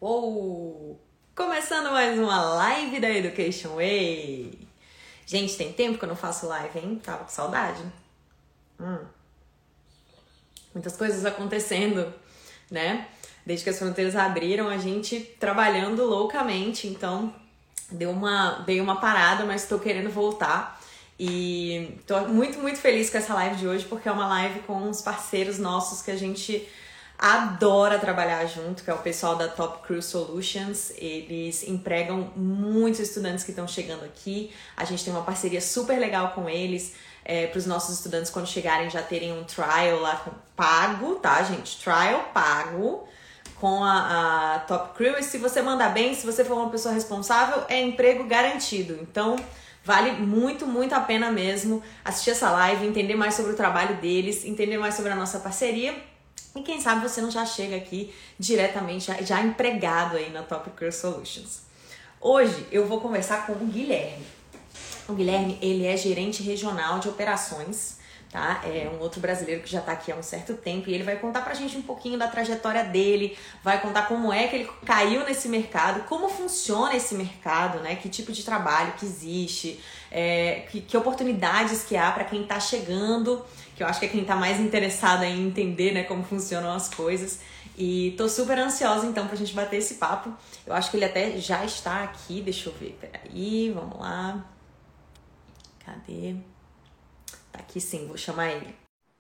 Uou! Começando mais uma live da Education Way. Gente, tem tempo que eu não faço live, hein? Tava com saudade. Muitas coisas acontecendo, né? Desde que as fronteiras abriram, a gente trabalhando loucamente. Então, dei uma parada, mas tô querendo voltar. E tô muito, muito feliz com essa live de hoje, porque é uma live com uns parceiros nossos que a gente adora trabalhar junto, que é o pessoal da Top Crew Solutions. Eles empregam muitos estudantes que estão chegando aqui. A gente tem uma parceria super legal com eles, para os nossos estudantes, quando chegarem, já terem um trial lá pago, tá, gente? Trial pago com a Top Crew. E se você mandar bem, se você for uma pessoa responsável, é emprego garantido. Então, vale muito, muito a pena mesmo assistir essa live, entender mais sobre o trabalho deles, entender mais sobre a nossa parceria. E quem sabe você não já chega aqui diretamente, já empregado aí na Top Crew Solutions. Hoje eu vou conversar com o Guilherme. O Guilherme, ele é gerente regional de operações, tá? É um outro brasileiro que já tá aqui há um certo tempo e ele vai contar pra gente um pouquinho da trajetória dele, vai contar como é que ele caiu nesse mercado, como funciona esse mercado, né? Que tipo de trabalho que existe, que oportunidades que há para quem tá chegando, que eu acho que é quem tá mais interessado em entender, né, como funcionam as coisas. E tô super ansiosa, então, pra gente bater esse papo. Eu acho que ele até já está aqui, deixa eu ver, peraí, vamos lá. Cadê? Tá aqui sim, vou chamar ele.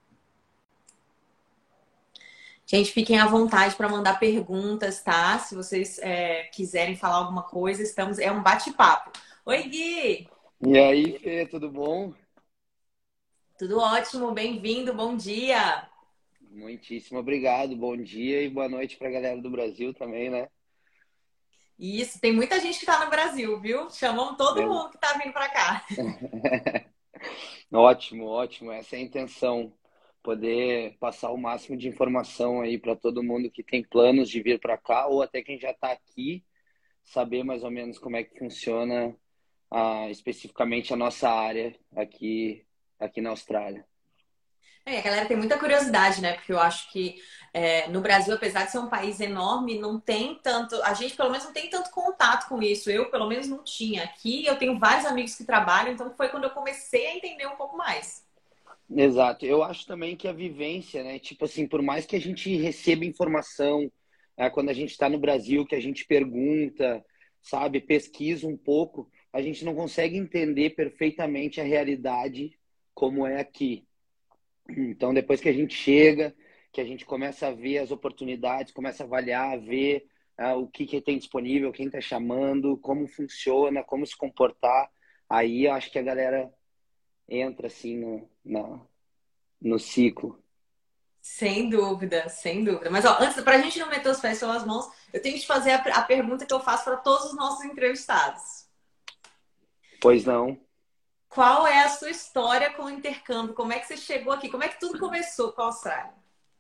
Gente, fiquem à vontade para mandar perguntas, tá? Se vocês quiserem falar alguma coisa, é um bate-papo. Oi, Gui! E aí, Fê, tudo bom? Tudo ótimo, bem-vindo, bom dia! Muitíssimo obrigado. Bom dia e boa noite para a galera do Brasil também, né? Isso, tem muita gente que tá no Brasil, viu? Chamamos todo É. mundo que tá vindo para cá. Ótimo, ótimo. Essa é a intenção. Poder passar o máximo de informação aí para todo mundo que tem planos de vir para cá ou até quem já está aqui, saber mais ou menos como é que funciona especificamente a nossa área aqui na Austrália. A galera tem muita curiosidade, né? Porque eu acho que no Brasil, apesar de ser um país enorme, não tem tanto. A gente, pelo menos, não tem tanto contato com isso. Eu, pelo menos, não tinha. Aqui eu tenho vários amigos que trabalham, então foi quando eu comecei a entender um pouco mais. Exato. Eu acho também que a vivência, né? Tipo assim, por mais que a gente receba informação, quando a gente está no Brasil, que a gente pergunta, sabe, pesquisa um pouco, a gente não consegue entender perfeitamente a realidade como é aqui. Então, depois que a gente chega, que a gente começa a ver as oportunidades, começa a avaliar, a ver o que tem disponível, quem está chamando, como funciona, como se comportar, aí eu acho que a galera entra assim no ciclo. Sem dúvida, sem dúvida. Mas, ó, antes, pra gente não meter os pés pelas mãos, eu tenho que te fazer a pergunta que eu faço para todos os nossos entrevistados. Pois não. Qual é a sua história com o intercâmbio? Como é que você chegou aqui? Como é que tudo começou com a Austrália?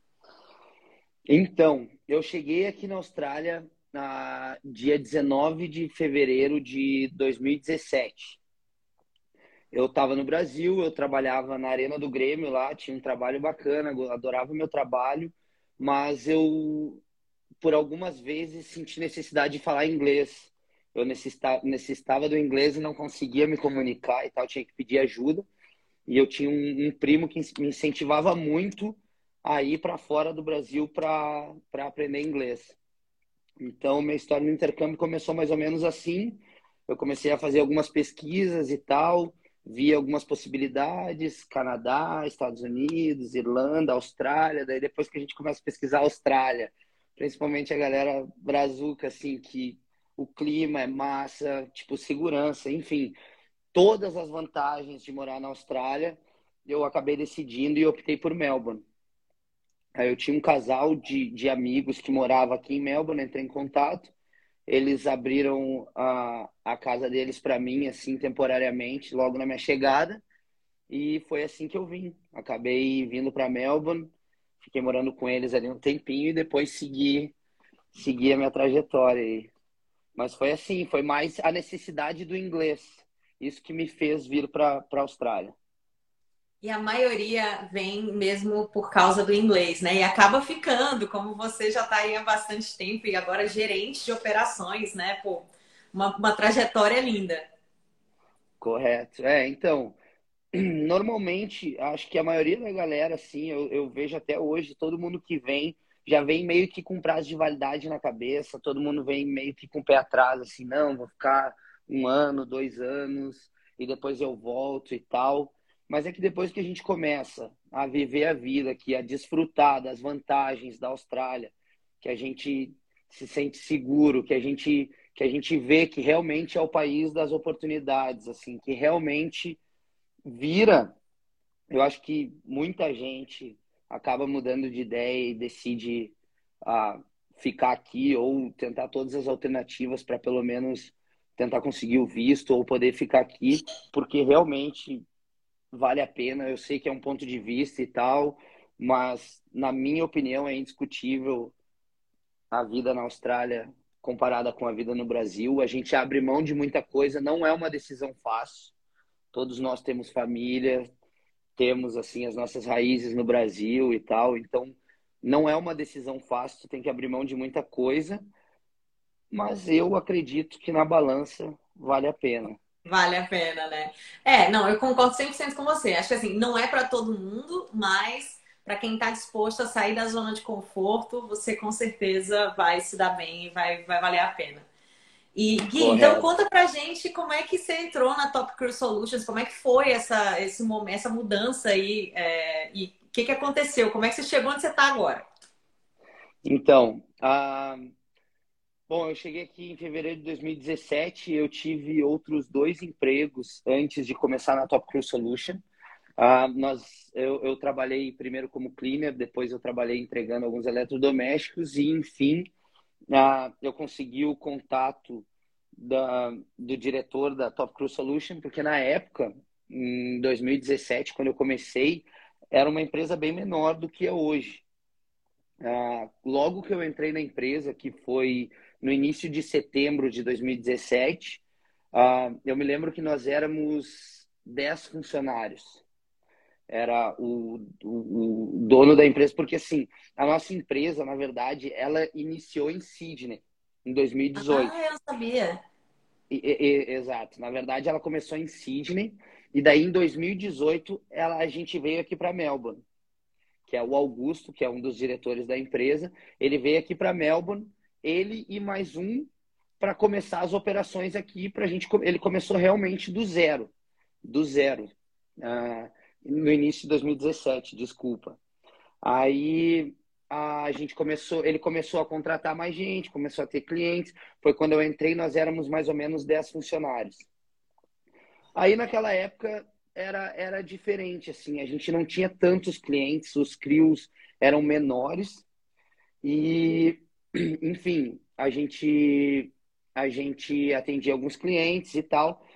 Então, eu cheguei aqui na Austrália na dia 19 de fevereiro de 2017. Eu estava no Brasil, eu trabalhava na Arena do Grêmio lá, tinha um trabalho bacana, eu adorava o meu trabalho, mas eu, por algumas vezes, senti necessidade de falar inglês. Eu necessitava do inglês e não conseguia me comunicar e tal, tinha que pedir ajuda. E eu tinha um primo que me incentivava muito a ir para fora do Brasil para aprender inglês. Então, minha história no intercâmbio começou mais ou menos assim. Eu comecei a fazer algumas pesquisas e tal, vi algumas possibilidades, Canadá, Estados Unidos, Irlanda, Austrália. Daí depois que a gente começa a pesquisar a Austrália, principalmente a galera brazuca, assim, que o clima é massa, tipo, segurança, enfim, todas as vantagens de morar na Austrália, eu acabei decidindo e optei por Melbourne. Aí eu tinha um casal de amigos que morava aqui em Melbourne, entrei em contato. Eles abriram a casa deles para mim, assim, temporariamente, logo na minha chegada. E foi assim que eu vim. Acabei vindo para Melbourne, fiquei morando com eles ali um tempinho e depois segui a minha trajetória aí. Mas foi assim, foi mais a necessidade do inglês. Isso que me fez vir para a Austrália. E a maioria vem mesmo por causa do inglês, né? E acaba ficando, como você já está aí há bastante tempo e agora gerente de operações, né? Pô, uma trajetória linda. Correto. É, então, normalmente, acho que a maioria da galera, assim, eu vejo até hoje, todo mundo que vem, já vem meio que com prazo de validade na cabeça, todo mundo vem meio que com o pé atrás, assim, não, vou ficar 1 ano, 2 anos, e depois eu volto e tal. Mas é que depois que a gente começa a viver a vida aqui, a desfrutar das vantagens da Austrália, que a gente se sente seguro, que a gente vê que realmente é o país das oportunidades, assim, que realmente vira, eu acho que muita gente acaba mudando de ideia e decide ficar aqui ou tentar todas as alternativas para pelo menos tentar conseguir o visto ou poder ficar aqui, porque realmente vale a pena. Eu sei que é um ponto de vista e tal, mas na minha opinião é indiscutível a vida na Austrália comparada com a vida no Brasil. A gente abre mão de muita coisa, não é uma decisão fácil. Todos nós temos família, temos assim as nossas raízes no Brasil e tal, então não é uma decisão fácil, tu tem que abrir mão de muita coisa, mas eu acredito que na balança vale a pena. Vale a pena, né? É, não, eu concordo 100% com você. Acho que assim, não é para todo mundo, mas para quem está disposto a sair da zona de conforto, você com certeza vai se dar bem e vai valer a pena. E Gui, então Correto. conta pra gente como é que você entrou na Top Crew Solutions, como é que foi esse momento, essa mudança aí, e o que aconteceu? Como é que você chegou onde você está agora? Então, bom, eu cheguei aqui em fevereiro de 2017, eu tive outros 2 empregos antes de começar na Top Crew Solution. Eu trabalhei primeiro como cleaner, depois eu trabalhei entregando alguns eletrodomésticos e, enfim, eu consegui o contato do diretor da Top Crew Solution, porque na época, em 2017, quando eu comecei, era uma empresa bem menor do que é hoje. Logo que eu entrei na empresa, que foi no início de setembro de 2017, eu me lembro que nós éramos 10 funcionários. Era o dono da empresa, porque assim, a nossa empresa, na verdade, ela iniciou em Sydney, em 2018. Ah, eu não sabia. Exato. Na verdade, ela começou em Sydney e daí em 2018 a gente veio aqui para Melbourne, que é o Augusto, que é um dos diretores da empresa. Ele veio aqui para Melbourne, ele e mais um, para começar as operações aqui. Para a gente, ele começou realmente do zero, ah, no início de 2017, desculpa. Aí a gente começou, ele começou a contratar mais gente, começou a ter clientes. Foi quando eu entrei, nós éramos mais ou menos 10 funcionários. Aí naquela época era diferente, assim, a gente não tinha tantos clientes, os crios eram menores e, enfim, a gente atendia alguns clientes e tal.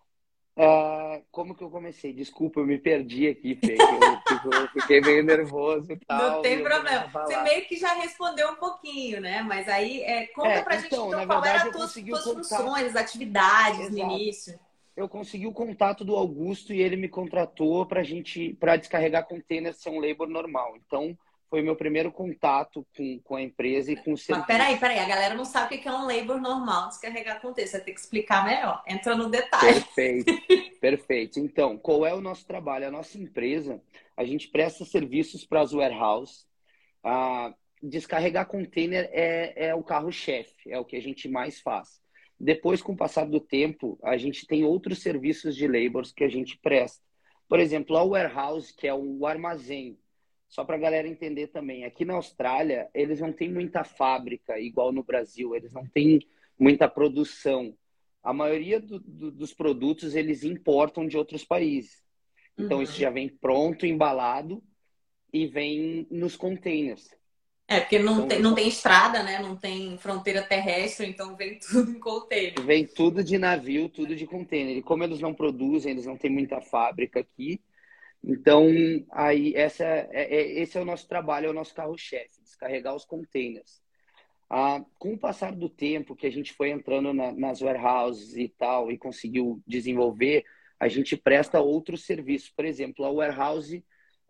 Como que eu comecei? Desculpa, eu me perdi aqui, Fê, que eu fiquei meio nervoso e Não tal, e tem eu começo problema. a Você falar. meio que já respondeu um pouquinho, né? Mas aí, conta pra gente Então, então na qual eram verdade, as eu consegui o tuas contato. funções, as atividades no Exato. início. Eu consegui o contato do Augusto e ele me contratou para descarregar container ser um labor normal. Então, foi meu primeiro contato com a empresa e com o Mas serviço. peraí, a galera não sabe o que é um labor normal, descarregar contexto, você vai ter que explicar melhor. Entra no detalhe. Perfeito, perfeito. Então, qual é o nosso trabalho? A nossa empresa, a gente presta serviços para as warehouses. Descarregar container é o carro-chefe, é o que a gente mais faz. Depois, com o passar do tempo, a gente tem outros serviços de labors que a gente presta. Por exemplo, a warehouse, que é o armazém. Só para a galera entender também, aqui na Austrália, eles não têm muita fábrica, igual no Brasil, eles não têm muita produção. A maioria dos produtos eles importam de outros países. Então, isso Uhum. já vem pronto, embalado e vem nos containers. É, porque Então não tem estrada, né? Não tem fronteira terrestre, então vem tudo em container. vem tudo de navio, tudo de container. E como eles não produzem, eles não têm muita fábrica aqui. Então, aí esse é o nosso trabalho, é o nosso carro-chefe, descarregar os containers. Com o passar do tempo que a gente foi entrando nas warehouses e tal, e conseguiu desenvolver, a gente presta outros serviços. Por exemplo, a warehouse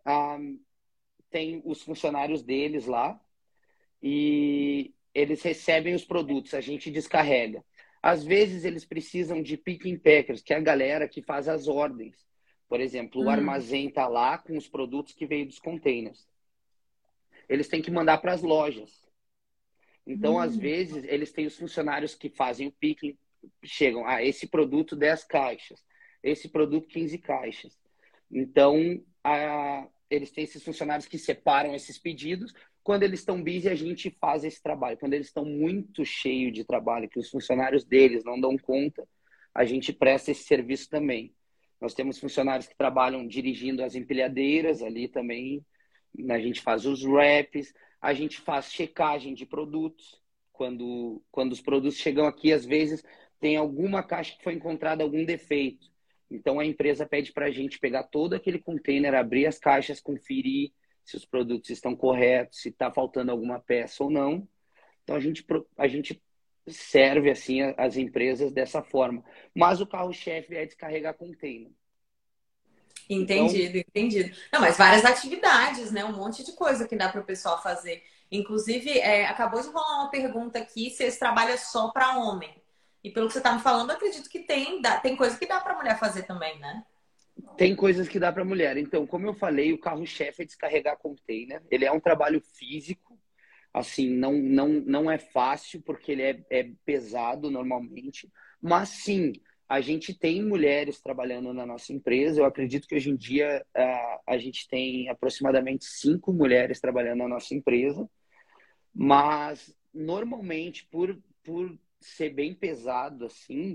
tem os funcionários deles lá e eles recebem os produtos, a gente descarrega. Às vezes eles precisam de picking packers, que é a galera que faz as ordens. Por exemplo, o armazém está lá com os produtos que veio dos containers. Eles têm que mandar para as lojas. Então, às vezes, eles têm os funcionários que fazem o picking, chegam, esse produto 10 caixas, esse produto 15 caixas. Então, eles têm esses funcionários que separam esses pedidos. Quando eles estão busy, a gente faz esse trabalho. Quando eles estão muito cheios de trabalho, que os funcionários deles não dão conta, a gente presta esse serviço também. Nós temos funcionários que trabalham dirigindo as empilhadeiras ali também. A gente faz os wraps, a gente faz checagem de produtos. Quando os produtos chegam aqui, às vezes tem alguma caixa que foi encontrada algum defeito. Então a empresa pede para a gente pegar todo aquele container, abrir as caixas, conferir se os produtos estão corretos, se está faltando alguma peça ou não. Então a gente serve assim as empresas dessa forma. Mas o carro-chefe é descarregar container. Entendido, entendido. Não, mas várias atividades, né? Um monte de coisa que dá para o pessoal fazer. Inclusive, acabou de rolar uma pergunta aqui se esse trabalho é só para homem. E pelo que você está me falando, eu acredito que tem coisa que dá para mulher fazer também, né? Tem coisas que dá para mulher. Então, como eu falei, o carro-chefe é descarregar container. Ele é um trabalho físico. Assim, não é fácil, porque ele é pesado normalmente. Mas, sim, a gente tem mulheres trabalhando na nossa empresa. Eu acredito que hoje em dia a gente tem aproximadamente 5 mulheres trabalhando na nossa empresa. Mas, normalmente, por ser bem pesado, assim,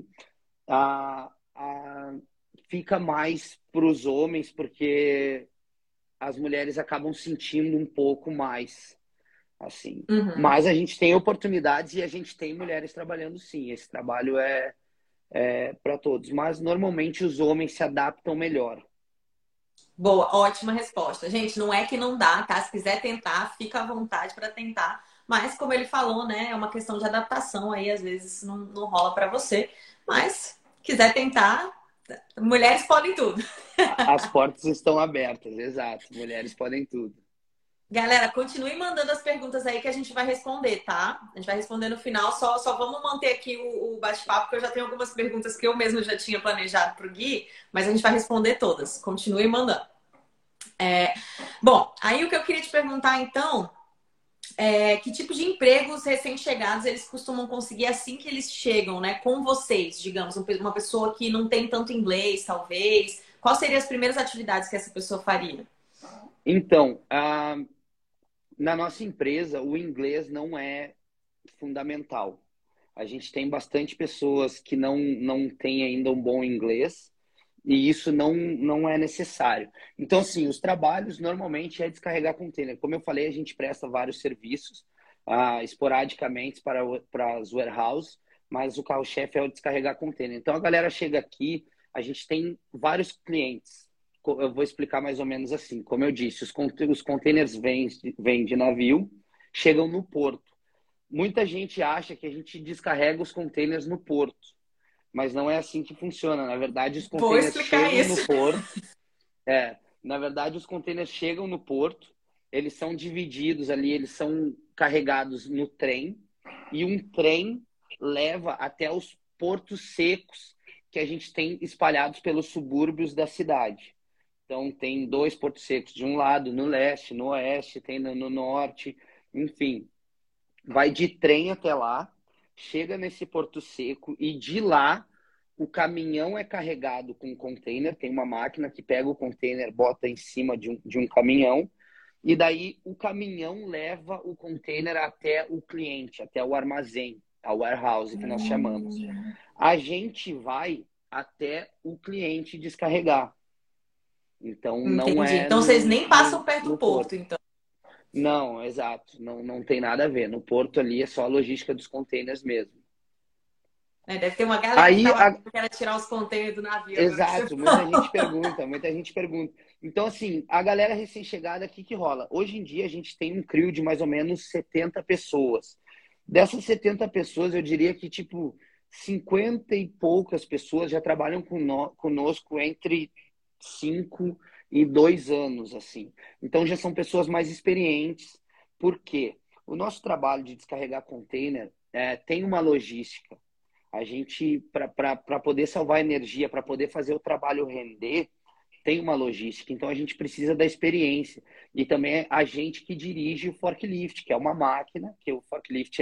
fica mais para os homens, porque as mulheres acabam sentindo um pouco mais, assim. Mas a gente tem oportunidades e a gente tem mulheres trabalhando, sim. Esse trabalho é para todos. Mas, normalmente, os homens se adaptam melhor. Boa, ótima resposta. Gente, não é que não dá, tá? Se quiser tentar, fica à vontade para tentar. Mas, como ele falou, né, é uma questão de adaptação aí, às vezes não rola para você. Mas, quiser tentar, mulheres podem tudo. As portas estão abertas, exato. Mulheres podem tudo. Galera, continue mandando as perguntas aí que a gente vai responder, tá? A gente vai responder no final. Só vamos manter aqui o bate-papo, porque eu já tenho algumas perguntas que eu mesmo já tinha planejado para o Gui, mas a gente vai responder todas. Continue mandando. Bom, aí o que eu queria te perguntar, então, que tipo de empregos recém-chegados eles costumam conseguir assim que eles chegam, né? Com vocês, digamos, uma pessoa que não tem tanto inglês, talvez. Quais seriam as primeiras atividades que essa pessoa faria? Então, na nossa empresa, o inglês não é fundamental. A gente tem bastante pessoas que não têm ainda um bom inglês e isso não é necessário. Então, sim, os trabalhos normalmente é descarregar container. Como eu falei, a gente presta vários serviços esporadicamente para as warehouses, mas o carro-chefe é o descarregar container. Então, a galera chega aqui, a gente tem vários clientes. Eu vou explicar mais ou menos assim. Como eu disse, os containers vêm de navio, chegam no porto. Muita gente acha que a gente descarrega os containers no porto, mas não é assim que funciona. Na verdade, os Vou containers explicar chegam no isso. porto. Na verdade, os containers chegam no porto, eles são divididos ali, eles são carregados no trem, e um trem leva até os portos secos que a gente tem espalhados pelos subúrbios da cidade. Então, tem 2 portos secos de um lado, no leste, no oeste, tem no norte, enfim. Vai de trem até lá, chega nesse porto seco e de lá o caminhão é carregado com um container, tem uma máquina que pega o container, bota em cima de um caminhão, e daí o caminhão leva o container até o cliente, até o armazém, a warehouse que nós chamamos. A gente vai até o cliente descarregar. Então, não Entendi. é Então vocês nem passam perto do no porto, porto. então. Não, exato. Não tem nada a ver. No porto ali é só a logística dos containers mesmo. Né? Deve ter uma galera que Aí, tava querendo tirar os contêineres do navio agora que você exato, muita falou. gente pergunta, muita gente pergunta. Então, assim, a galera recém-chegada, o que que rola? Hoje em dia a gente tem um crew de mais ou menos 70 pessoas. Dessas 70 pessoas, eu diria que, tipo, 50 e poucas pessoas já trabalham conosco entre 5 e 2 anos, assim. Então já são pessoas mais experientes. Por quê? O nosso trabalho de descarregar container tem uma logística. A gente, para poder salvar energia, para poder fazer o trabalho render, tem uma logística. Então a gente precisa da experiência. E também é a gente que dirige o forklift, que é uma máquina, que o forklift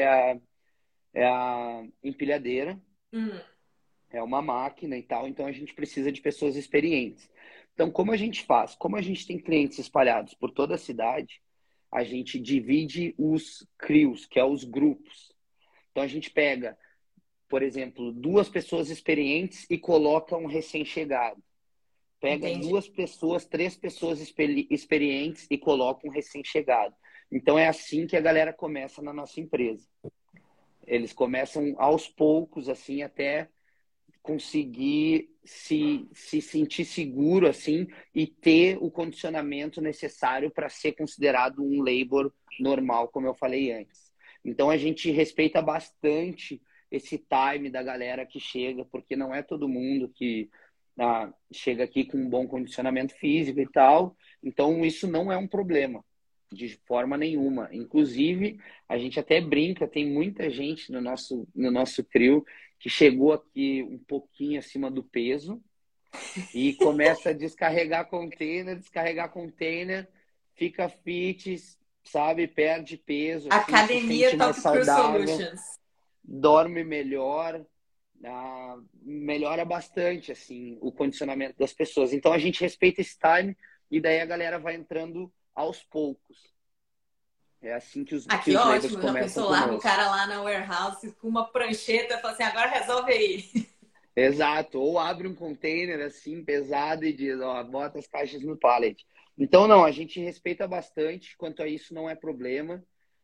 é a empilhadeira, Hum, é uma máquina e tal, então a gente precisa de pessoas experientes. Então, como a gente faz? Como a gente tem clientes espalhados por toda a cidade, a gente divide os crews, que é os grupos. Então, a gente pega, por exemplo, 2 pessoas experientes e coloca um recém-chegado. Pega entendi. 2 pessoas, 3 pessoas experientes e coloca um recém-chegado. Então, é assim que a galera começa na nossa empresa. Eles começam aos poucos, assim, até conseguir se sentir seguro assim e ter o condicionamento necessário para ser considerado um labor normal, como eu falei antes. Então a gente respeita bastante esse time da galera que chega, porque não é todo mundo que chega aqui com um bom condicionamento físico e tal. Então isso não é um problema de forma nenhuma. Inclusive, a gente até brinca, tem muita gente no nosso crew que chegou aqui um pouquinho acima do peso e começa a descarregar container, fica fit, sabe, perde peso, assim, se Academia sente mais Top Crew saudável, Solutions. dorme melhor, melhora bastante, assim, o condicionamento das pessoas. Então a gente respeita esse time e daí a galera vai entrando aos poucos. É assim que os, Ah, que que os labels ótimo. Já começam pensou? Larga o conosco. cara lá na warehouse com uma prancheta e fala assim, agora resolve aí. Exato, ou abre um container assim pesado e diz, ó, bota as caixas no pallet. Então, não, a gente respeita bastante, quanto a isso não é problema.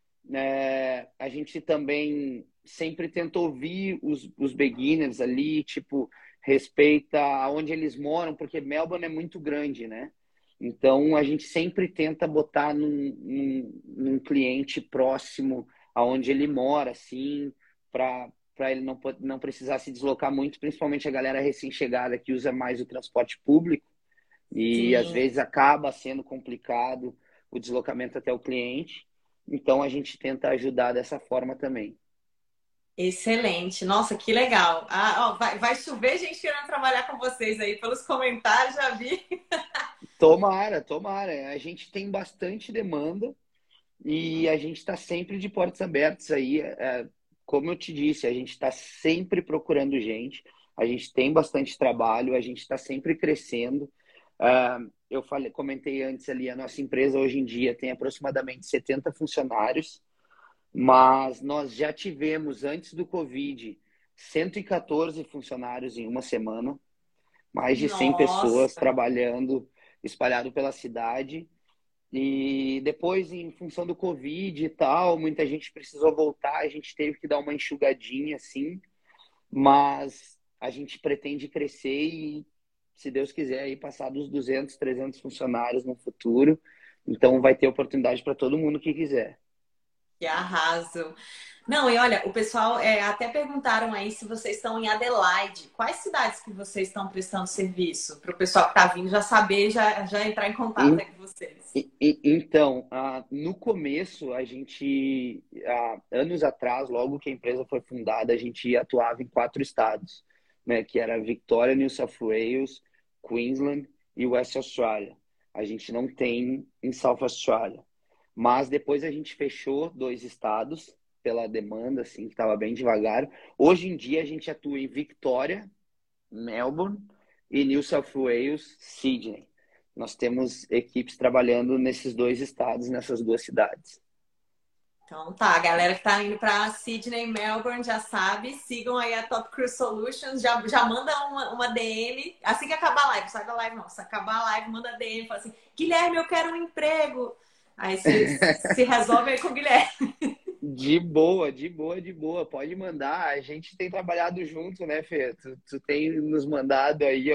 A gente também sempre tenta ouvir os beginners ali, tipo, respeita aonde eles moram, porque Melbourne é muito grande, né? Então, a gente sempre tenta botar num cliente próximo aonde ele mora, assim, para ele não precisar se deslocar muito, principalmente a galera recém-chegada que usa mais o transporte público e às Sim, vezes acaba sendo complicado o deslocamento até o cliente. Então a gente tenta ajudar dessa forma também. excelente. Nossa, que legal. Ah, ó, vai chover gente querendo trabalhar com vocês aí. Pelos comentários, já vi. Tomara, tomara. A gente tem bastante demanda e a gente está sempre de portas abertas aí. Como eu te disse, a gente está sempre procurando gente, a gente tem bastante trabalho, a gente está sempre crescendo. Eu comentei antes ali, a nossa empresa hoje em dia tem aproximadamente 70 funcionários, mas nós já tivemos, antes do Covid, 114 funcionários em uma semana, mais de 100 pessoas Nossa, trabalhando espalhado pela cidade. E depois, em função do Covid e tal, muita gente precisou voltar, a gente teve que dar uma enxugadinha, assim, mas a gente pretende crescer e, se Deus quiser, aí passar dos 200, 300 funcionários no futuro. Então, vai ter oportunidade para todo mundo que quiser. que arraso. Não, e olha, o pessoal até perguntaram aí se vocês estão em Adelaide. Quais cidades que vocês estão prestando serviço? Para o pessoal que está vindo já saber, já entrar em contato aí com vocês. Então, no começo, a gente, anos atrás, logo que a empresa foi fundada, a gente atuava em 4 estados, né, que era Victoria, New South Wales, Queensland e West Australia. A gente não tem em South Australia. Mas depois a gente fechou 2 estados pela demanda, assim, que estava bem devagar. Hoje em dia a gente atua em Victoria, Melbourne e New South Wales, Sydney. Nós temos equipes trabalhando nesses 2 estados, nessas 2 cidades. Então tá, a galera que tá indo para Sydney e Melbourne já sabe, sigam aí a Top Crew Solutions, já manda uma DM, assim que acabar a live, sai da live não, se acabar a live, manda DM, fala assim, Guilherme, eu quero um emprego. Aí se resolve aí com o Guilherme. De boa, de boa, de boa. Pode mandar. A gente tem trabalhado junto, né, Fê? Tu tem nos mandado aí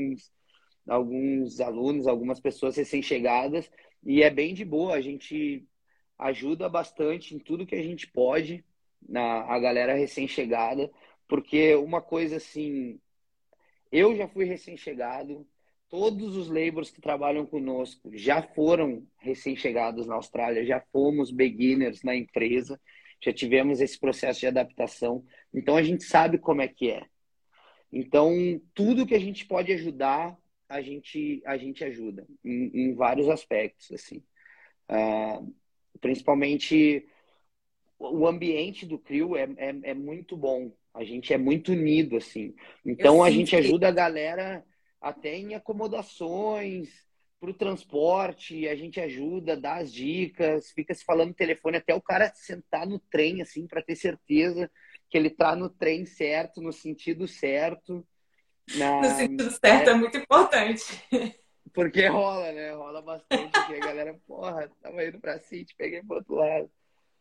alguns alunos, algumas pessoas recém-chegadas, e é bem de boa. A gente ajuda bastante em tudo que a gente pode a galera recém-chegada, Porque uma coisa assim, eu já fui recém-chegado, todos os laborers que trabalham conosco já foram recém-chegados na Austrália, já fomos beginners na empresa, já tivemos esse processo de adaptação, então a gente sabe como é que é. Então, tudo que a gente pode ajudar, a gente ajuda, em vários aspectos, assim. Principalmente, o ambiente do CRIO é muito bom. A gente é muito unido, assim. Eu Então, a sinto gente que ajuda a galera até em acomodações, para o transporte, a gente ajuda, dá as dicas, fica se falando no telefone até o cara sentar no trem, assim, para ter certeza que ele tá no trem certo, no sentido certo. no Na, sentido certo é é, muito importante. porque rola, né? Rola bastante aqui. A galera, porra, tava indo pra City, peguei pro outro lado.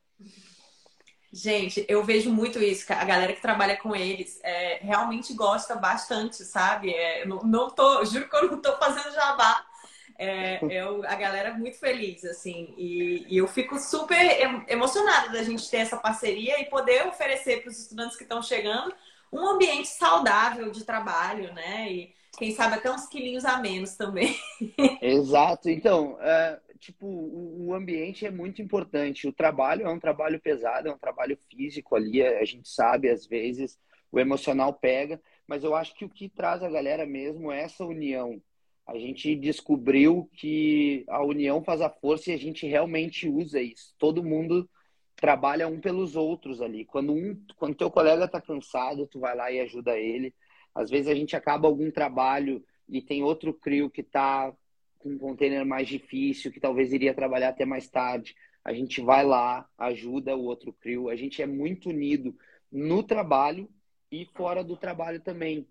Gente, eu vejo muito isso, que a galera que trabalha com eles realmente gosta bastante, sabe? Não tô, juro que eu não tô fazendo jabá. A galera é muito feliz, assim, e eu fico super emocionada da gente ter essa parceria e poder oferecer para os estudantes que estão chegando um ambiente saudável de trabalho, né? E quem sabe até uns quilinhos a menos também. Exato. Então, tipo, o ambiente é muito importante. O trabalho é um trabalho pesado, é um trabalho físico ali, a gente sabe, às vezes, o emocional pega, mas eu acho que o que traz a galera mesmo é essa união. A gente descobriu que a união faz a força e a gente realmente usa isso. Todo mundo trabalha um pelos outros ali. Quando teu colega tá cansado, tu vai lá e ajuda ele. Às vezes a gente acaba algum trabalho e tem outro CRIO que tá com um container mais difícil, que talvez iria trabalhar até mais tarde. A gente vai lá, ajuda o outro CRIO. A gente é muito unido no trabalho e fora do trabalho também.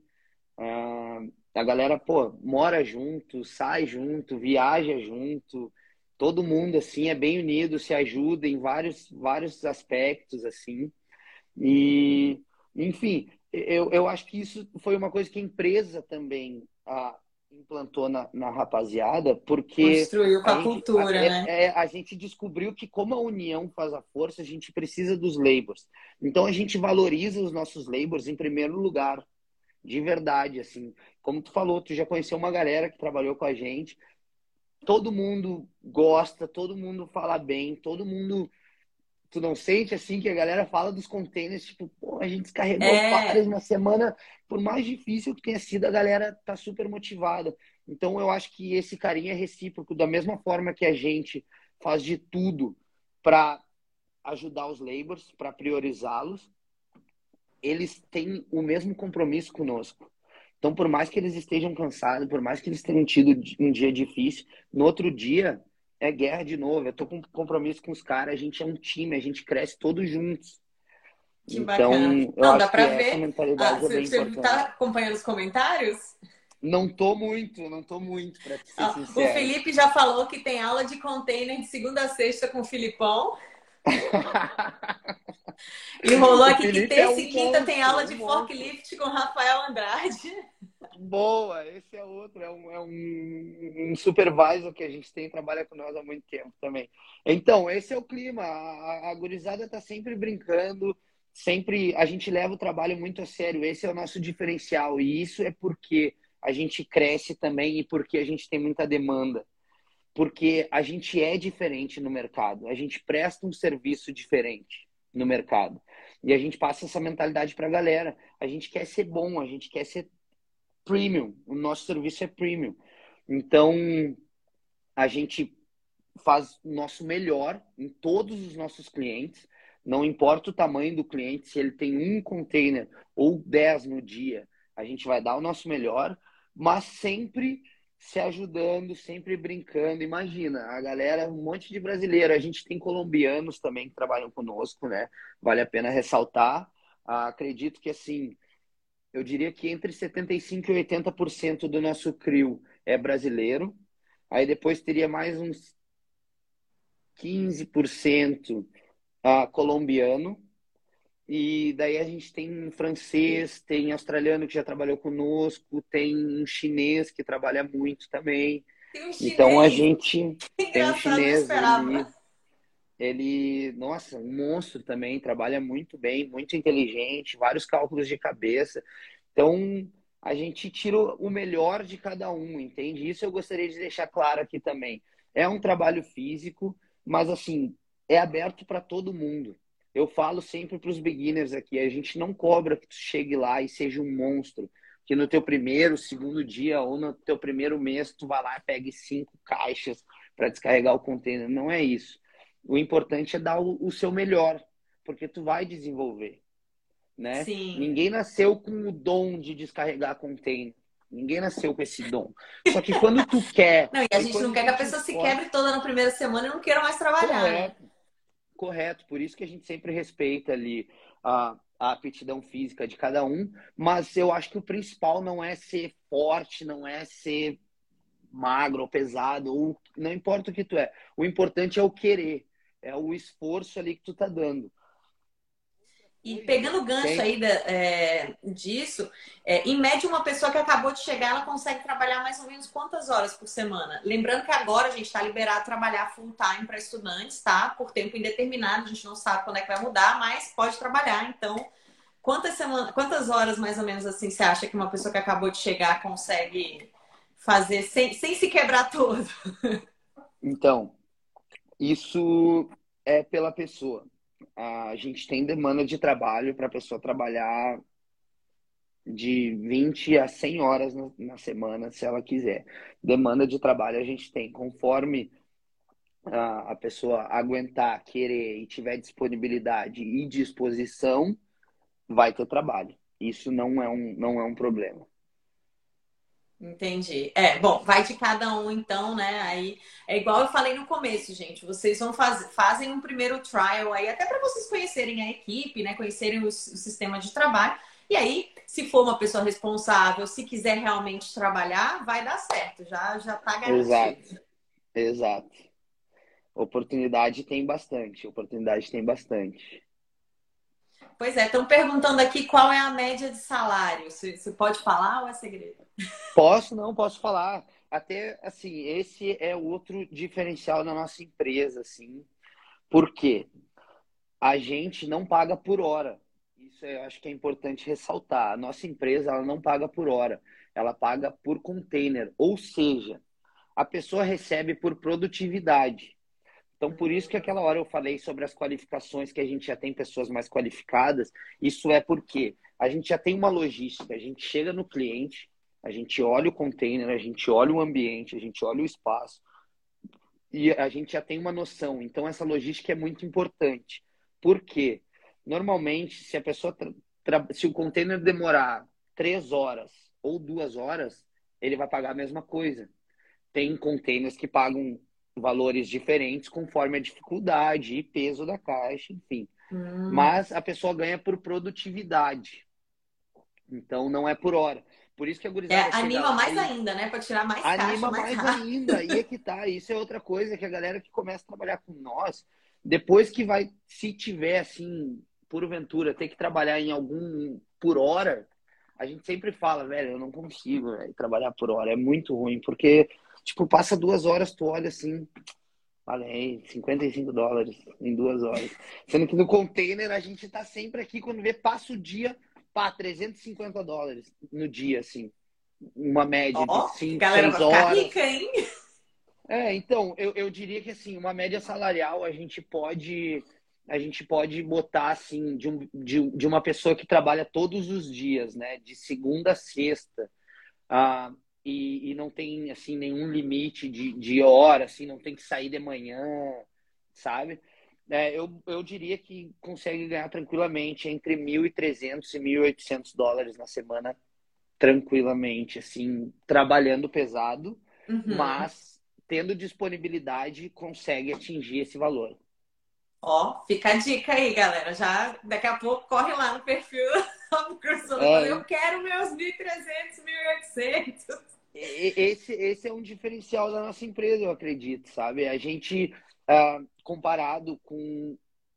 A galera, pô, mora junto, sai junto, viaja junto. Todo mundo, assim, é bem unido, se ajuda em vários aspectos, assim. E, enfim, eu acho que isso foi uma coisa que a empresa também implantou na rapaziada, porque Construiu com a a gente, cultura, né? a gente descobriu que como a união faz a força, a gente precisa dos labors. Então a gente valoriza os nossos labors em primeiro lugar, de verdade, assim. Como tu falou, tu já conheceu uma galera que trabalhou com a gente, todo mundo gosta, todo mundo fala bem, todo mundo. Tu não sente assim que a galera fala dos containers, tipo, pô, a gente descarregou vários É, na semana, por mais difícil que tenha sido, a galera tá super motivada. Então eu acho que esse carinho é recíproco, da mesma forma que a gente faz de tudo para ajudar os labors, para priorizá-los, eles têm o mesmo compromisso conosco. Então, por mais que eles estejam cansados, por mais que eles tenham tido um dia difícil, no outro dia é guerra de novo. Eu tô com compromisso com os caras, a gente é um time, a gente cresce todos juntos. que Então, bacana. eu Não, dá acho que pra essa ver. Ah, mentalidade é bem você tá importante. acompanhando os comentários? Não tô muito, para ser Ah, o sincero. Felipe já falou que tem aula de container de segunda a sexta com o Filipão. E rolou O aqui que Felipe é terça e quinta tem aula um de monstro. forklift com o Rafael Andrade. Boa, esse é outro, é um supervisor que a gente tem, trabalha com nós há muito tempo também. Então, esse é o clima, a gurizada tá sempre brincando, sempre, a gente leva o trabalho muito a sério, esse é o nosso diferencial, e isso é porque a gente cresce também e porque a gente tem muita demanda, porque a gente é diferente no mercado, a gente presta um serviço diferente no mercado, e a gente passa essa mentalidade para a galera, a gente quer ser bom, a gente quer ser premium. O nosso serviço é premium. Então, a gente faz o nosso melhor em todos os nossos clientes. Não importa o tamanho do cliente, se ele tem um container ou 10 no dia, a gente vai dar o nosso melhor, mas sempre se ajudando, sempre brincando. Imagina, a galera, um monte de brasileiro. A gente tem colombianos também que trabalham conosco, né? Vale a pena ressaltar. Acredito que assim, eu diria que entre 75% e 80% do nosso CRIO é brasileiro. Aí depois teria mais uns 15% colombiano. E daí a gente tem francês, tem australiano que já trabalhou conosco, tem um chinês que trabalha muito também. Tem um Então a chinês. gente tem um Engraçado, não chinês esperava. ali. Ele, nossa, um monstro também, trabalha muito bem, muito inteligente, vários cálculos de cabeça. Então, a gente tira o melhor de cada um, entende? Isso eu gostaria de deixar claro aqui também. É um trabalho físico, mas assim, é aberto para todo mundo. Eu falo sempre para os beginners aqui, a gente não cobra que tu chegue lá e seja um monstro, que no teu primeiro, segundo dia ou no teu primeiro mês tu vá lá e pegue 5 caixas para descarregar o container. Não é isso. O importante é dar o seu melhor, porque tu vai desenvolver, né? Sim. Ninguém nasceu com o dom de descarregar container. Ninguém nasceu com esse dom. Só que quando tu quer Não, e a e gente não quando quer que tu a te pessoa se esforça, quebre toda na primeira semana e não queira mais trabalhar, né? correto, correto. Por isso que a gente sempre respeita ali a aptidão física de cada um. Mas eu acho que o principal não é ser forte, não é ser magro ou pesado, ou não importa o que tu é. O importante é o querer, é o esforço ali que tu tá dando. E Coisa pegando o gancho tem. aí disso, em média, uma pessoa que acabou de chegar, ela consegue trabalhar mais ou menos quantas horas por semana? Lembrando que agora a gente está liberado a trabalhar full time para estudantes, tá? Por tempo indeterminado, a gente não sabe quando é que vai mudar, mas pode trabalhar. Então, quantas horas mais ou menos assim você acha que uma pessoa que acabou de chegar consegue fazer sem se quebrar todo? Então, isso é pela pessoa. A gente tem demanda de trabalho para a pessoa trabalhar de 20 a 100 horas na semana, se ela quiser. Demanda de trabalho a gente tem. Conforme a pessoa aguentar, querer e tiver disponibilidade e disposição, vai ter trabalho. Isso não é um problema. Entendi. Bom, vai de cada um então, né? Aí é igual eu falei no começo, gente. Vocês fazem um primeiro trial aí, até para vocês conhecerem a equipe, né? Conhecerem o sistema de trabalho. E aí, se for uma pessoa responsável, se quiser realmente trabalhar, vai dar certo. Já tá Exato, garantido. exato. Oportunidade tem bastante, oportunidade tem bastante. Pois é, estão perguntando aqui qual é a média de salário. Você pode falar ou é segredo? Posso, não, posso falar. Até, assim, esse é outro diferencial da nossa empresa, assim. Por quê? A gente não paga por hora. Isso eu acho que é importante ressaltar. A nossa empresa, ela não paga por hora. Ela paga por container. Ou seja, a pessoa recebe por produtividade. Então, por isso que aquela hora eu falei sobre as qualificações, que a gente já tem pessoas mais qualificadas. Isso é porque a gente já tem uma logística. A gente chega no cliente, a gente olha o container, a gente olha o ambiente, a gente olha o espaço e a gente já tem uma noção. Então, essa logística é muito importante. Por quê? Normalmente, se a pessoa se o container demorar 3 horas ou 2 horas, ele vai pagar a mesma coisa. Tem containers que pagam valores diferentes conforme a dificuldade e peso da caixa, enfim. Hum. Mas a pessoa ganha por produtividade. Então não é por hora. Por isso que a gurizada chega Anima lá mais e ainda, né? Para tirar mais caixa anima mais mais rápido. ainda. Aí é que tá. Isso é outra coisa que a galera que começa a trabalhar com nós, depois que vai, se tiver assim, porventura, ter que trabalhar em algum por hora, a gente sempre fala, velho, eu não consigo, véio, trabalhar por hora. É muito ruim, porque, tipo, passa 2 horas, tu olha assim, falei, US$ 55 em 2 horas. Sendo que no container a gente tá sempre aqui, quando vê, passa o dia, pá, US$ 350 no dia, assim. Uma média de Ó, 5 galera 6 vai ficar rica, horas. hein? Então, eu diria que assim, uma média salarial a gente pode botar assim de uma pessoa que trabalha todos os dias, né? De segunda a sexta, ah, e não tem assim nenhum limite de hora, assim, não tem que sair de manhã, sabe? Eu diria que consegue ganhar tranquilamente entre 1.300 e US$ 1.800 na semana, tranquilamente, assim, trabalhando pesado, Uhum. mas tendo disponibilidade, consegue atingir esse valor. Ó, fica a dica aí, galera. Já daqui a pouco corre lá no perfil da Cruzona e fala, É, eu quero meus 1.300, 1.800. esse é um diferencial da nossa empresa, eu acredito, sabe? A gente, comparado com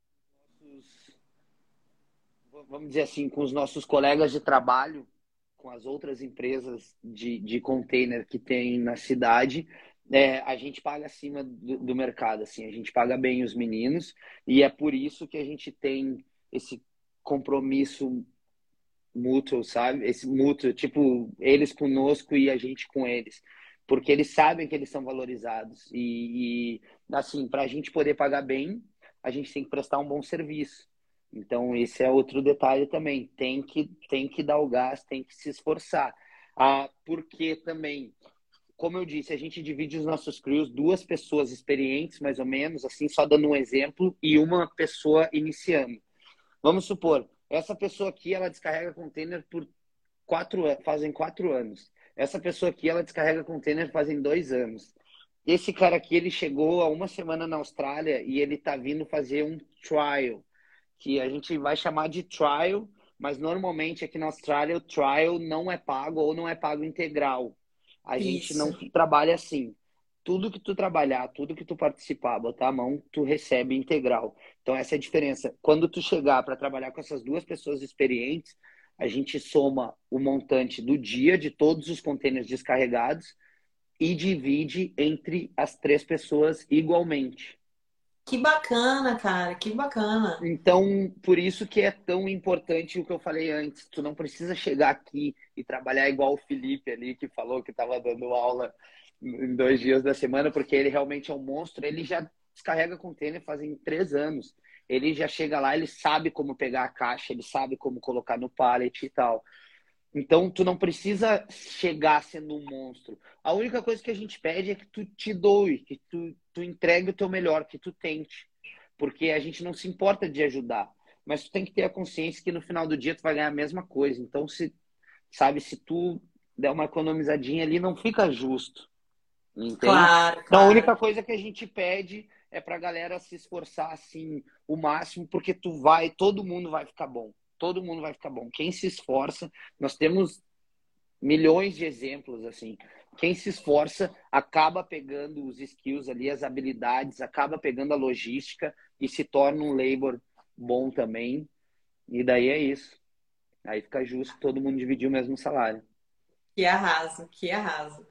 vamos dizer assim, com os nossos colegas de trabalho, com as outras empresas de container que tem na cidade, A gente paga acima do mercado, assim, a gente paga bem os meninos e é por isso que a gente tem esse compromisso mútuo, sabe? Esse mútuo, tipo, eles conosco e a gente com eles. Porque eles sabem que eles são valorizados. Assim, para a gente poder pagar bem, a gente tem que prestar um bom serviço. Então, esse é outro detalhe também. Tem que dar o gás, tem que se esforçar. Porque também, como eu disse, a gente divide os nossos crews, duas pessoas experientes, mais ou menos, assim, só dando um exemplo, e uma pessoa iniciando. Vamos supor, essa pessoa aqui, ela descarrega container por fazem 4 anos. Essa pessoa aqui, ela descarrega container fazem 2 anos. Esse cara aqui, ele chegou há uma semana na Austrália e ele tá vindo fazer um trial, que a gente vai chamar de trial, mas normalmente aqui na Austrália o trial não é pago ou não é pago integral. A gente não Isso. trabalha assim. Tudo que tu trabalhar, tudo que tu participar, botar a mão, tu recebe integral. Então essa é a diferença. Quando tu chegar para trabalhar com essas duas pessoas experientes, a gente soma o montante do dia de todos os containers descarregados e divide entre as três pessoas igualmente. Que bacana, cara, que bacana. Então, por isso que é tão importante o que eu falei antes. Tu não precisa chegar aqui e trabalhar igual o Felipe ali, que falou que estava dando aula em 2 dias da semana, porque ele realmente é um monstro. Ele já descarrega container fazem 3 anos. Ele já chega lá, ele sabe como pegar a caixa, ele sabe como colocar no pallet e tal. Então, tu não precisa chegar sendo um monstro. A única coisa que a gente pede é que tu te doe, que tu entregue o teu melhor, que tu tente. Porque a gente não se importa de ajudar. Mas tu tem que ter a consciência que no final do dia tu vai ganhar a mesma coisa. Então, se tu der uma economizadinha ali, não fica justo. Entende? Claro, Então, a claro. única coisa que a gente pede é pra galera se esforçar assim o máximo, porque todo mundo vai ficar bom. Todo mundo vai ficar bom. Quem se esforça, nós temos milhões de exemplos assim. Quem se esforça acaba pegando os skills ali, as habilidades, acaba pegando a logística e se torna um labor bom também. E daí é isso. Aí fica justo todo mundo dividir o mesmo salário. Que arraso, que arraso.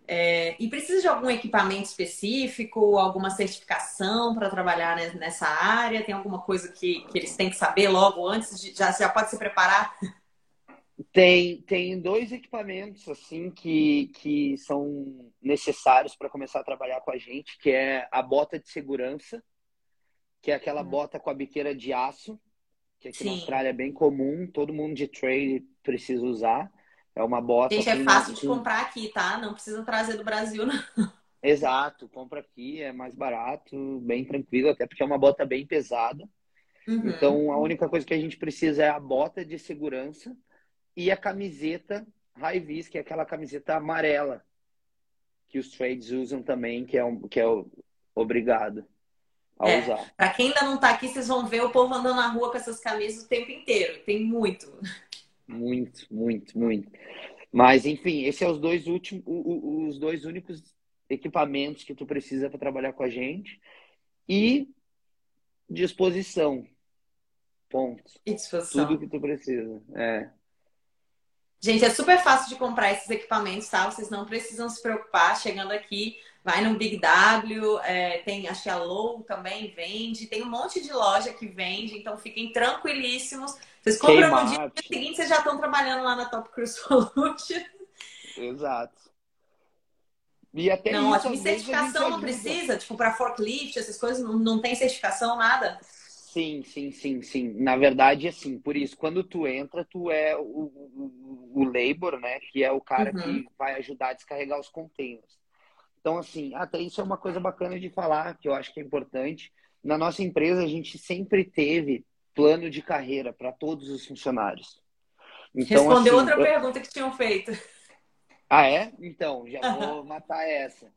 E precisa de algum equipamento específico, alguma certificação para trabalhar nessa área? Tem alguma coisa que eles têm que saber logo antes de já pode se preparar? Tem dois equipamentos assim que são necessários para começar a trabalhar com a gente, que é a bota de segurança, que é aquela bota com a biqueira de aço, que aqui na Sim. Austrália é bem comum, todo mundo de trade precisa usar. É uma bota Gente, é assim, fácil de comprar aqui, tá? Não precisa trazer do Brasil, não. exato, compra aqui, é mais barato, bem tranquilo, até porque é uma bota bem pesada. Uhum. Então, a única coisa que a gente precisa é a bota de segurança e a camiseta high-vis, que é aquela camiseta amarela que os trades usam também, que é obrigado a usar. Para quem ainda não tá aqui, vocês vão ver o povo andando na rua com essas camisas o tempo inteiro. Tem muito. Muito, muito, muito. Mas, enfim, esses são os dois únicos equipamentos que tu precisa para trabalhar com a gente. E disposição. Ponto. Que Tudo disposição. que tu precisa. É. Gente, é super fácil de comprar esses equipamentos, tá? Vocês não precisam se preocupar. Chegando aqui, vai no Big W, tem, acho que a Low também vende, tem um monte de loja que vende, então fiquem tranquilíssimos. Vocês compram no dia Kmart. seguinte, vocês já estão trabalhando lá na Top Cruise Solution. Exato. E até Não, isso, ótimo. E às vezes, a gente certificação não ajuda. precisa? Tipo, para forklift, essas coisas, não tem certificação, nada? Sim, sim, sim, sim. Na verdade, assim, por isso, quando tu entra, tu é o labor, né? Que é o cara Uhum. que vai ajudar a descarregar os containers. Então, assim, até isso é uma coisa bacana de falar, que eu acho que é importante. Na nossa empresa, a gente sempre teve plano de carreira para todos os funcionários. Então, Respondeu assim, outra pergunta que tinham feito. ah, é? Então, já vou matar essa.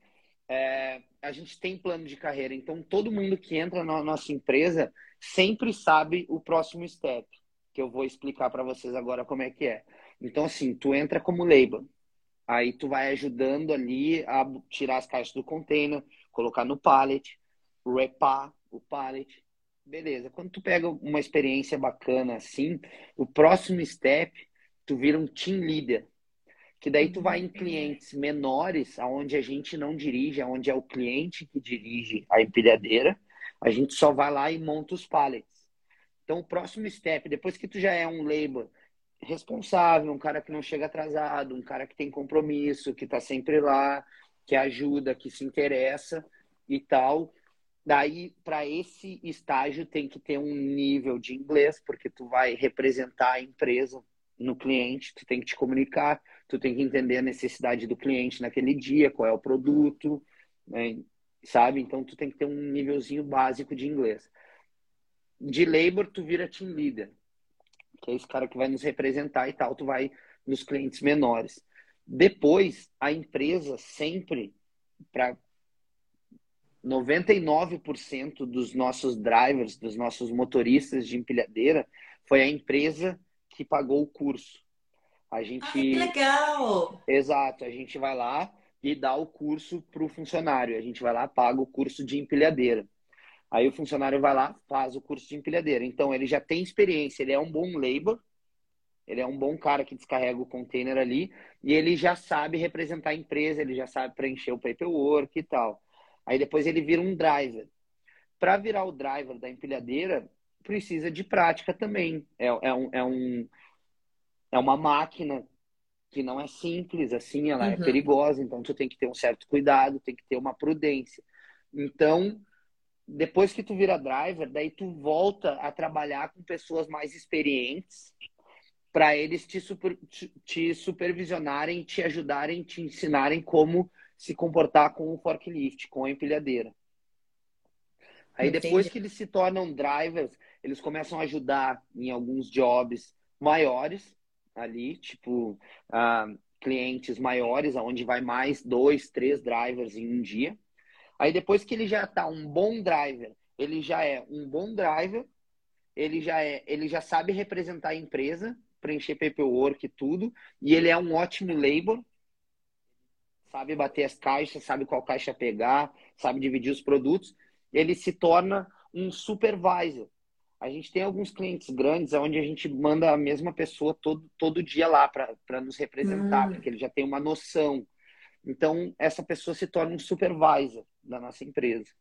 A gente tem plano de carreira, então todo mundo que entra na nossa empresa sempre sabe o próximo step, que eu vou explicar para vocês agora como é que é. Então, assim, tu entra como label, aí tu vai ajudando ali a tirar as caixas do container, colocar no pallet, repar o pallet. Beleza. Quando tu pega uma experiência bacana assim, o próximo step, tu vira um team leader. Que daí tu vai em clientes menores, aonde a gente não dirige, aonde é o cliente que dirige a empilhadeira, a gente só vai lá e monta os pallets. Então, o próximo step, depois que tu já é um labor responsável, um cara que não chega atrasado, um cara que tem compromisso, que tá sempre lá, que ajuda, que se interessa e tal, daí, para esse estágio, tem que ter um nível de inglês, porque tu vai representar a empresa no cliente, tu tem que te comunicar, tu tem que entender a necessidade do cliente naquele dia, qual é o produto, né? Sabe? Então, tu tem que ter um nívelzinho básico de inglês. De labor, tu vira team leader, que é esse cara que vai nos representar e tal, tu vai nos clientes menores. Depois, a empresa sempre, para 99% dos nossos drivers, dos nossos motoristas de empilhadeira, foi a empresa que pagou o curso. A Ai, que gente, legal! exato, a gente vai lá e dá o curso para o funcionário. A gente vai lá, paga o curso de empilhadeira. Aí o funcionário vai lá, faz o curso de empilhadeira. Então ele já tem experiência, ele é um bom labor, ele é um bom cara que descarrega o container ali e ele já sabe representar a empresa, ele já sabe preencher o paperwork e tal. Aí depois ele vira um driver. Para virar o driver da empilhadeira, precisa de prática também. É uma máquina que não é simples, assim, ela é Uhum. perigosa, então tu tem que ter um certo cuidado, tem que ter uma prudência. Então, depois que tu vira driver, daí tu volta a trabalhar com pessoas mais experientes para eles te supervisionarem, te ajudarem, te ensinarem como se comportar com o forklift, com a empilhadeira. Aí depois Entendi. que eles se tornam drivers, eles começam a ajudar em alguns jobs maiores ali, tipo clientes maiores, aonde vai mais 2, 3 drivers em um dia. Aí depois que ele já está um bom driver, ele já é um bom driver, ele já sabe representar a empresa, preencher paperwork e tudo, e ele é um ótimo labor, sabe bater as caixas, sabe qual caixa pegar, sabe dividir os produtos, ele se torna um supervisor. A gente tem alguns clientes grandes onde a gente manda a mesma pessoa todo dia lá para nos representar, Hum, porque ele já tem uma noção. Então, essa pessoa se torna um supervisor da nossa empresa.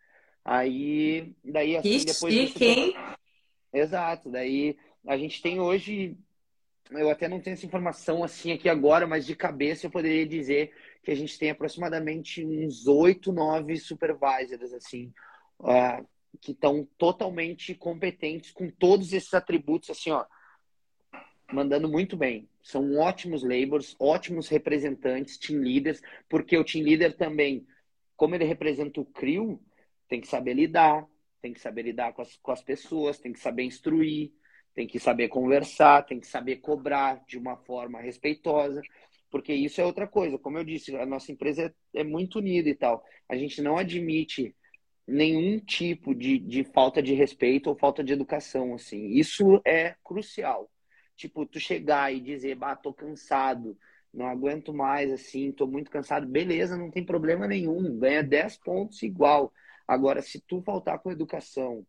Aí, daí que assim, depois do chique, super... hein? Exato, daí a gente tem hoje, eu até não tenho essa informação assim aqui agora, mas de cabeça eu poderia dizer que a gente tem aproximadamente uns 8, 9 supervisors, assim, que estão totalmente competentes com todos esses atributos, assim, ó, mandando muito bem. São ótimos labors, ótimos representantes, team leaders, porque o team leader também, como ele representa o CRIO, tem que saber lidar, tem que saber lidar com as pessoas, tem que saber instruir, tem que saber conversar, tem que saber cobrar de uma forma respeitosa, porque isso é outra coisa. Como eu disse, a nossa empresa é muito unida e tal. A gente não admite nenhum tipo de falta de respeito ou falta de educação, assim. Isso é crucial. Tipo, tu chegar e dizer, bah, tô cansado, não aguento mais, assim, tô muito cansado. Beleza, não tem problema nenhum. Ganha 10 pontos igual. Agora, se tu faltar com educação,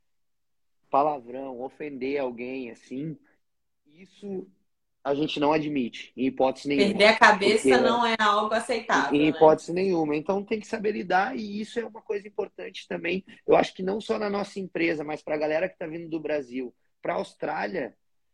palavrão, ofender alguém, assim, isso a gente não admite, em hipótese nenhuma. Perder a Porque cabeça não é algo em aceitável, né? hipótese nenhuma. Então tem que saber lidar e isso é uma coisa importante também. Eu acho que não só na nossa empresa, mas para a galera que está vindo do Brasil para a Austrália,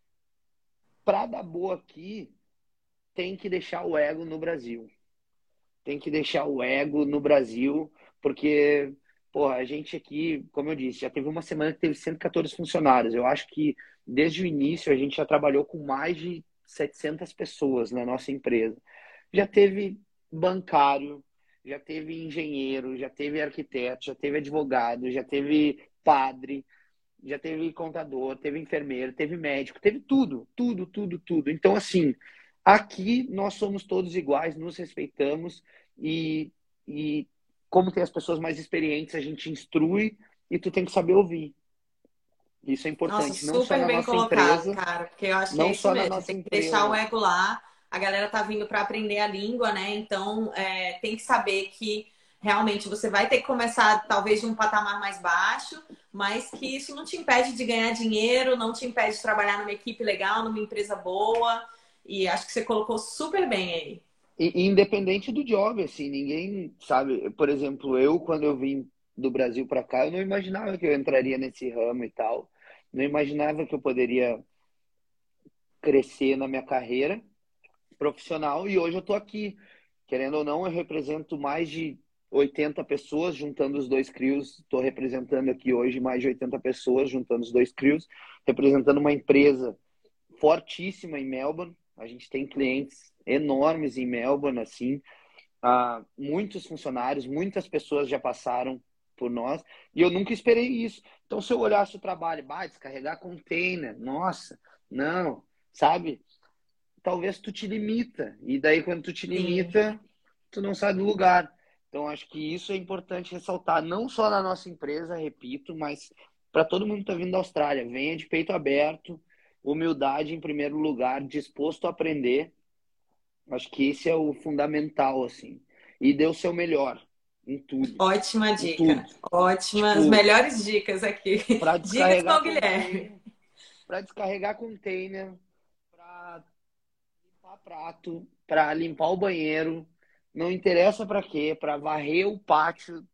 para dar boa aqui, tem que deixar o ego no Brasil. Tem que deixar o ego no Brasil, porque porra, a gente aqui, como eu disse, já teve uma semana que teve 114 funcionários. Eu acho que desde o início a gente já trabalhou com mais de 700 pessoas na nossa empresa. Já teve bancário, já teve engenheiro, já teve arquiteto, já teve advogado, já teve padre, já teve contador, teve enfermeiro, teve médico, teve tudo, tudo, tudo, tudo. Então, assim, aqui nós somos todos iguais, nos respeitamos e como tem as pessoas mais experientes, a gente instrui e tu tem que saber ouvir. Isso é Nossa, importante, não só super na bem nossa colocado, empresa, cara, porque eu acho que é não isso só na mesmo. nossa Tem que deixar o empresa. ego lá. A galera tá vindo para aprender a língua, né? Então, tem que saber que realmente você vai ter que começar talvez de um patamar mais baixo, mas que isso não te impede de ganhar dinheiro, não te impede de trabalhar numa equipe legal, numa empresa boa. e acho que você colocou super bem aí. E independente do job, assim, ninguém sabe. Por exemplo, eu, quando eu vim do Brasil para cá, eu não imaginava que eu entraria nesse ramo e tal. Não imaginava que eu poderia crescer na minha carreira profissional e hoje eu tô aqui. Querendo ou não, eu represento mais de 80 pessoas, juntando os dois crios. Estou representando aqui hoje mais de 80 pessoas, juntando os dois crios, representando uma empresa fortíssima em Melbourne. A gente tem clientes enormes em Melbourne, assim, muitos funcionários, muitas pessoas já passaram por nós e eu nunca esperei isso. Então, se eu olhasse o trabalho, descarregar container, nossa, não, sabe? Talvez tu te limita e daí quando tu te Sim. limita, tu não sai do lugar. Então, acho que isso é importante ressaltar, não só na nossa empresa, repito, mas para todo mundo que está vindo da Austrália, venha de peito aberto, humildade em primeiro lugar, disposto a aprender. Acho que esse é o fundamental, assim. E dê o seu melhor em tudo. Ótima Em tudo. dica. Ótimas, Tipo, melhores dicas aqui. para Dicas com descarregar o Guilherme. container, para descarregar container, para limpar prato, para limpar o banheiro, não interessa para quê, para varrer o pátio,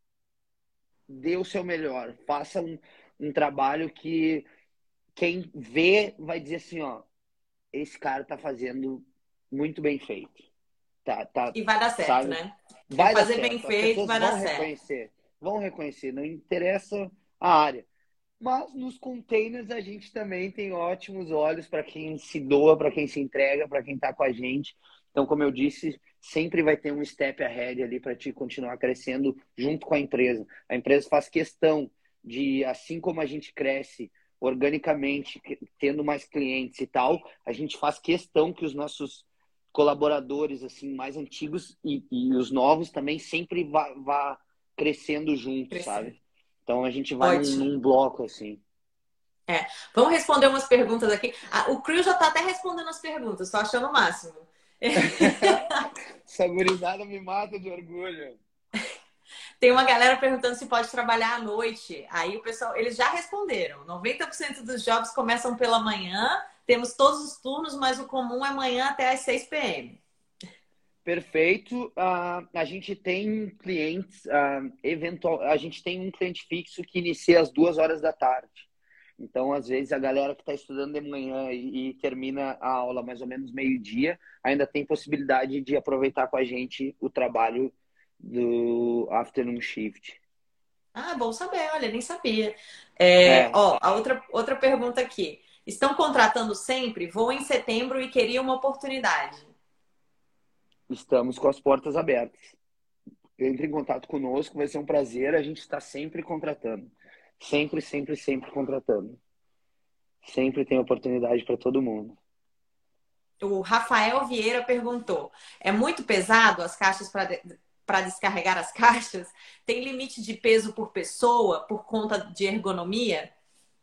dê o seu melhor. Faça um trabalho que quem vê vai dizer assim, ó, esse cara tá fazendo muito bem feito. Tá, E vai dar certo, sabe? né? É Vai dar fazer bem certo. As feito, pessoas vai dar certo. vão reconhecer, não interessa a área. Mas nos containers a gente também tem ótimos olhos para quem se doa, para quem se entrega, para quem está com a gente. Então, como eu disse, sempre vai ter um step ahead ali para te continuar crescendo junto com a empresa. A empresa faz questão de, assim como a gente cresce organicamente, tendo mais clientes e tal, a gente faz questão que os nossos colaboradores assim mais antigos e os novos também sempre vá crescendo junto, Crescer. sabe? Então a gente vai Ótimo. num bloco assim. É. Vamos responder umas perguntas aqui. Ah, o Crio já está até respondendo as perguntas, estou achando o máximo. Essa gurizada me mata de orgulho. Tem uma galera perguntando se pode trabalhar à noite. Aí o pessoal, eles já responderam. 90% dos jobs começam pela manhã, temos todos os turnos, mas o comum é manhã até às 6 p.m. Perfeito. A gente tem clientes, a gente tem um cliente fixo que inicia às 2 horas da tarde. Então, às vezes, a galera que está estudando de manhã e termina a aula mais ou menos meio-dia, ainda tem possibilidade de aproveitar com a gente o trabalho do afternoon shift. Ah, bom saber, olha, nem sabia. É, Ó, a outra pergunta aqui. Estão contratando sempre? Vou em setembro e queria uma oportunidade. estamos com as portas abertas. Entre em contato conosco, vai ser um prazer. A gente está sempre contratando. Sempre, sempre, sempre contratando. Sempre tem oportunidade para todo mundo. O Rafael Vieira perguntou: é muito pesado as caixas para descarregar as caixas? Tem limite de peso por pessoa por conta de ergonomia?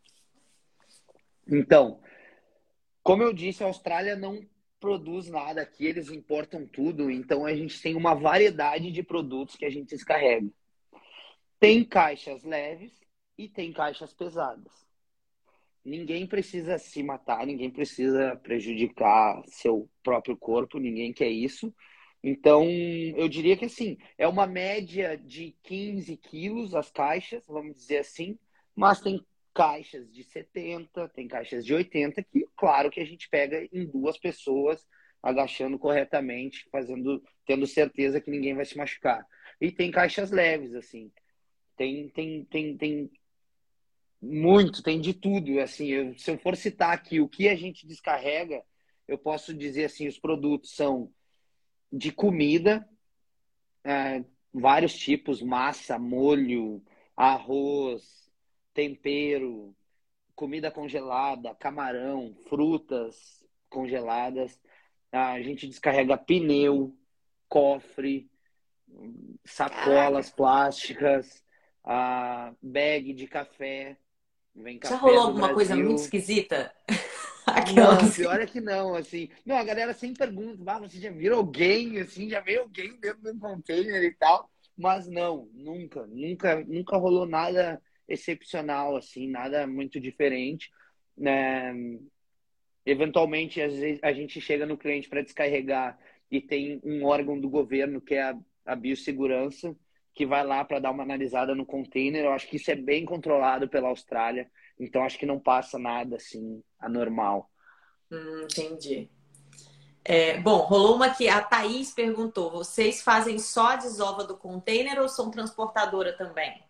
Então, como eu disse, a Austrália não produz nada aqui, eles importam tudo, então a gente tem uma variedade de produtos que a gente descarrega. Tem caixas leves e tem caixas pesadas. Ninguém precisa se matar, ninguém precisa prejudicar seu próprio corpo, ninguém quer isso. Então, eu diria que assim, é uma média de 15 quilos as caixas, vamos dizer assim, mas tem caixas de 70, tem caixas de 80, que claro que a gente pega em duas pessoas, agachando corretamente, tendo certeza que ninguém vai se machucar. E tem caixas leves, assim. Tem muito, tem de tudo. Assim, se eu for citar aqui o que a gente descarrega, eu posso dizer assim, os produtos são de comida, é, vários tipos, massa, molho, arroz, tempero, comida congelada, camarão, frutas congeladas. A gente descarrega pneu, cofre, Caraca, sacolas plásticas, bag de café. Vem já café rolou do alguma coisa muito Brasil. esquisita? Não, Aquelas. pior é que não, assim. Não, a galera sempre pergunta, você já viu alguém, assim, já veio alguém dentro de um container e tal? Mas não, nunca rolou nada excepcional, assim, nada muito diferente, né? Eventualmente, às vezes, a gente chega no cliente para descarregar e tem um órgão do governo, que é a biossegurança, que vai lá para dar uma analisada no container. Eu acho que isso é bem controlado pela Austrália, então acho que não passa nada assim anormal. Entendi. Bom, rolou uma aqui. A Thaís perguntou: vocês fazem só a desova do container ou são transportadora também?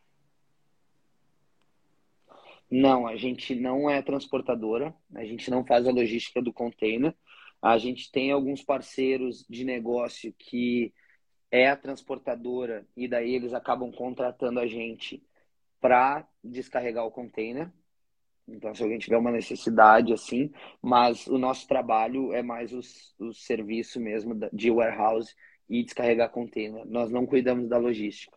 Não, a gente não é transportadora, a gente não faz a logística do container. A gente tem alguns parceiros de negócio que é a transportadora e daí eles acabam contratando a gente para descarregar o container. Então, se alguém tiver uma necessidade assim, mas o nosso trabalho é mais o serviço mesmo de warehouse e descarregar container. Nós não cuidamos da logística.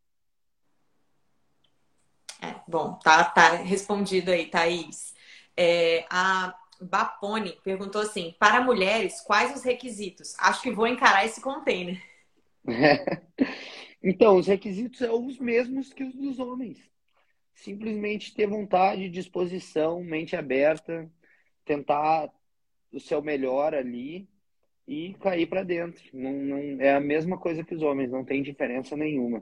Bom, tá respondido aí, Thaís. A Bapone perguntou assim: para mulheres, quais os requisitos? Acho que vou encarar esse container. Então, os requisitos são os mesmos que os dos homens. Simplesmente ter vontade, disposição, mente aberta, tentar o seu melhor ali e cair para dentro. É a mesma coisa que os homens, não tem diferença nenhuma.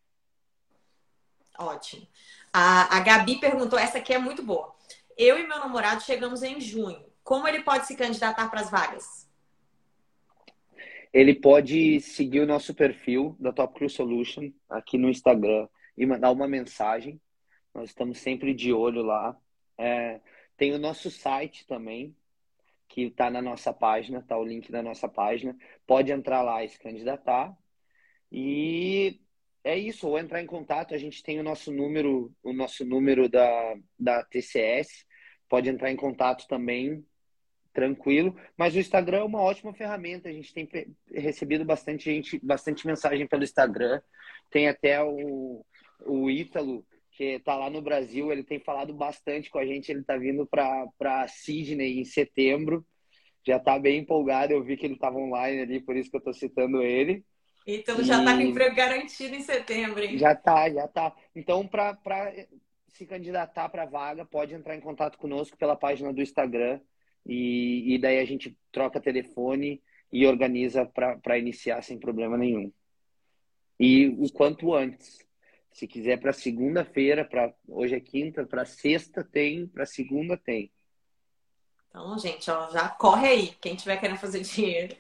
Ótimo. A Gabi perguntou: essa aqui é muito boa. Eu e meu namorado chegamos em junho. Como ele pode se candidatar para as vagas? Ele pode seguir o nosso perfil da Top Crew Solution aqui no Instagram e mandar uma mensagem. Nós estamos sempre de olho lá. Tem o nosso site também, que está na nossa página, está o link na nossa página. Pode entrar lá e se candidatar. E é isso, ou entrar em contato. A gente tem o nosso número da TCS. Pode entrar em contato também, tranquilo. Mas o Instagram é uma ótima ferramenta. A gente tem recebido bastante mensagem pelo Instagram. Tem até o Ítalo, que está lá no Brasil. Ele tem falado bastante com a gente. Ele está vindo para Sydney em setembro. Já está bem empolgado. Eu vi que ele estava online ali, por isso que eu estou citando ele. Então já tá com E emprego garantido em setembro, hein? já tá, já tá. Então, para se candidatar para a vaga, pode entrar em contato conosco pela página do Instagram e daí a gente troca telefone e organiza para iniciar sem problema nenhum. E o quanto antes. Se quiser para segunda-feira, hoje é quinta, para sexta tem, para segunda tem. Então, gente, ó, já corre aí, quem tiver querendo fazer dinheiro.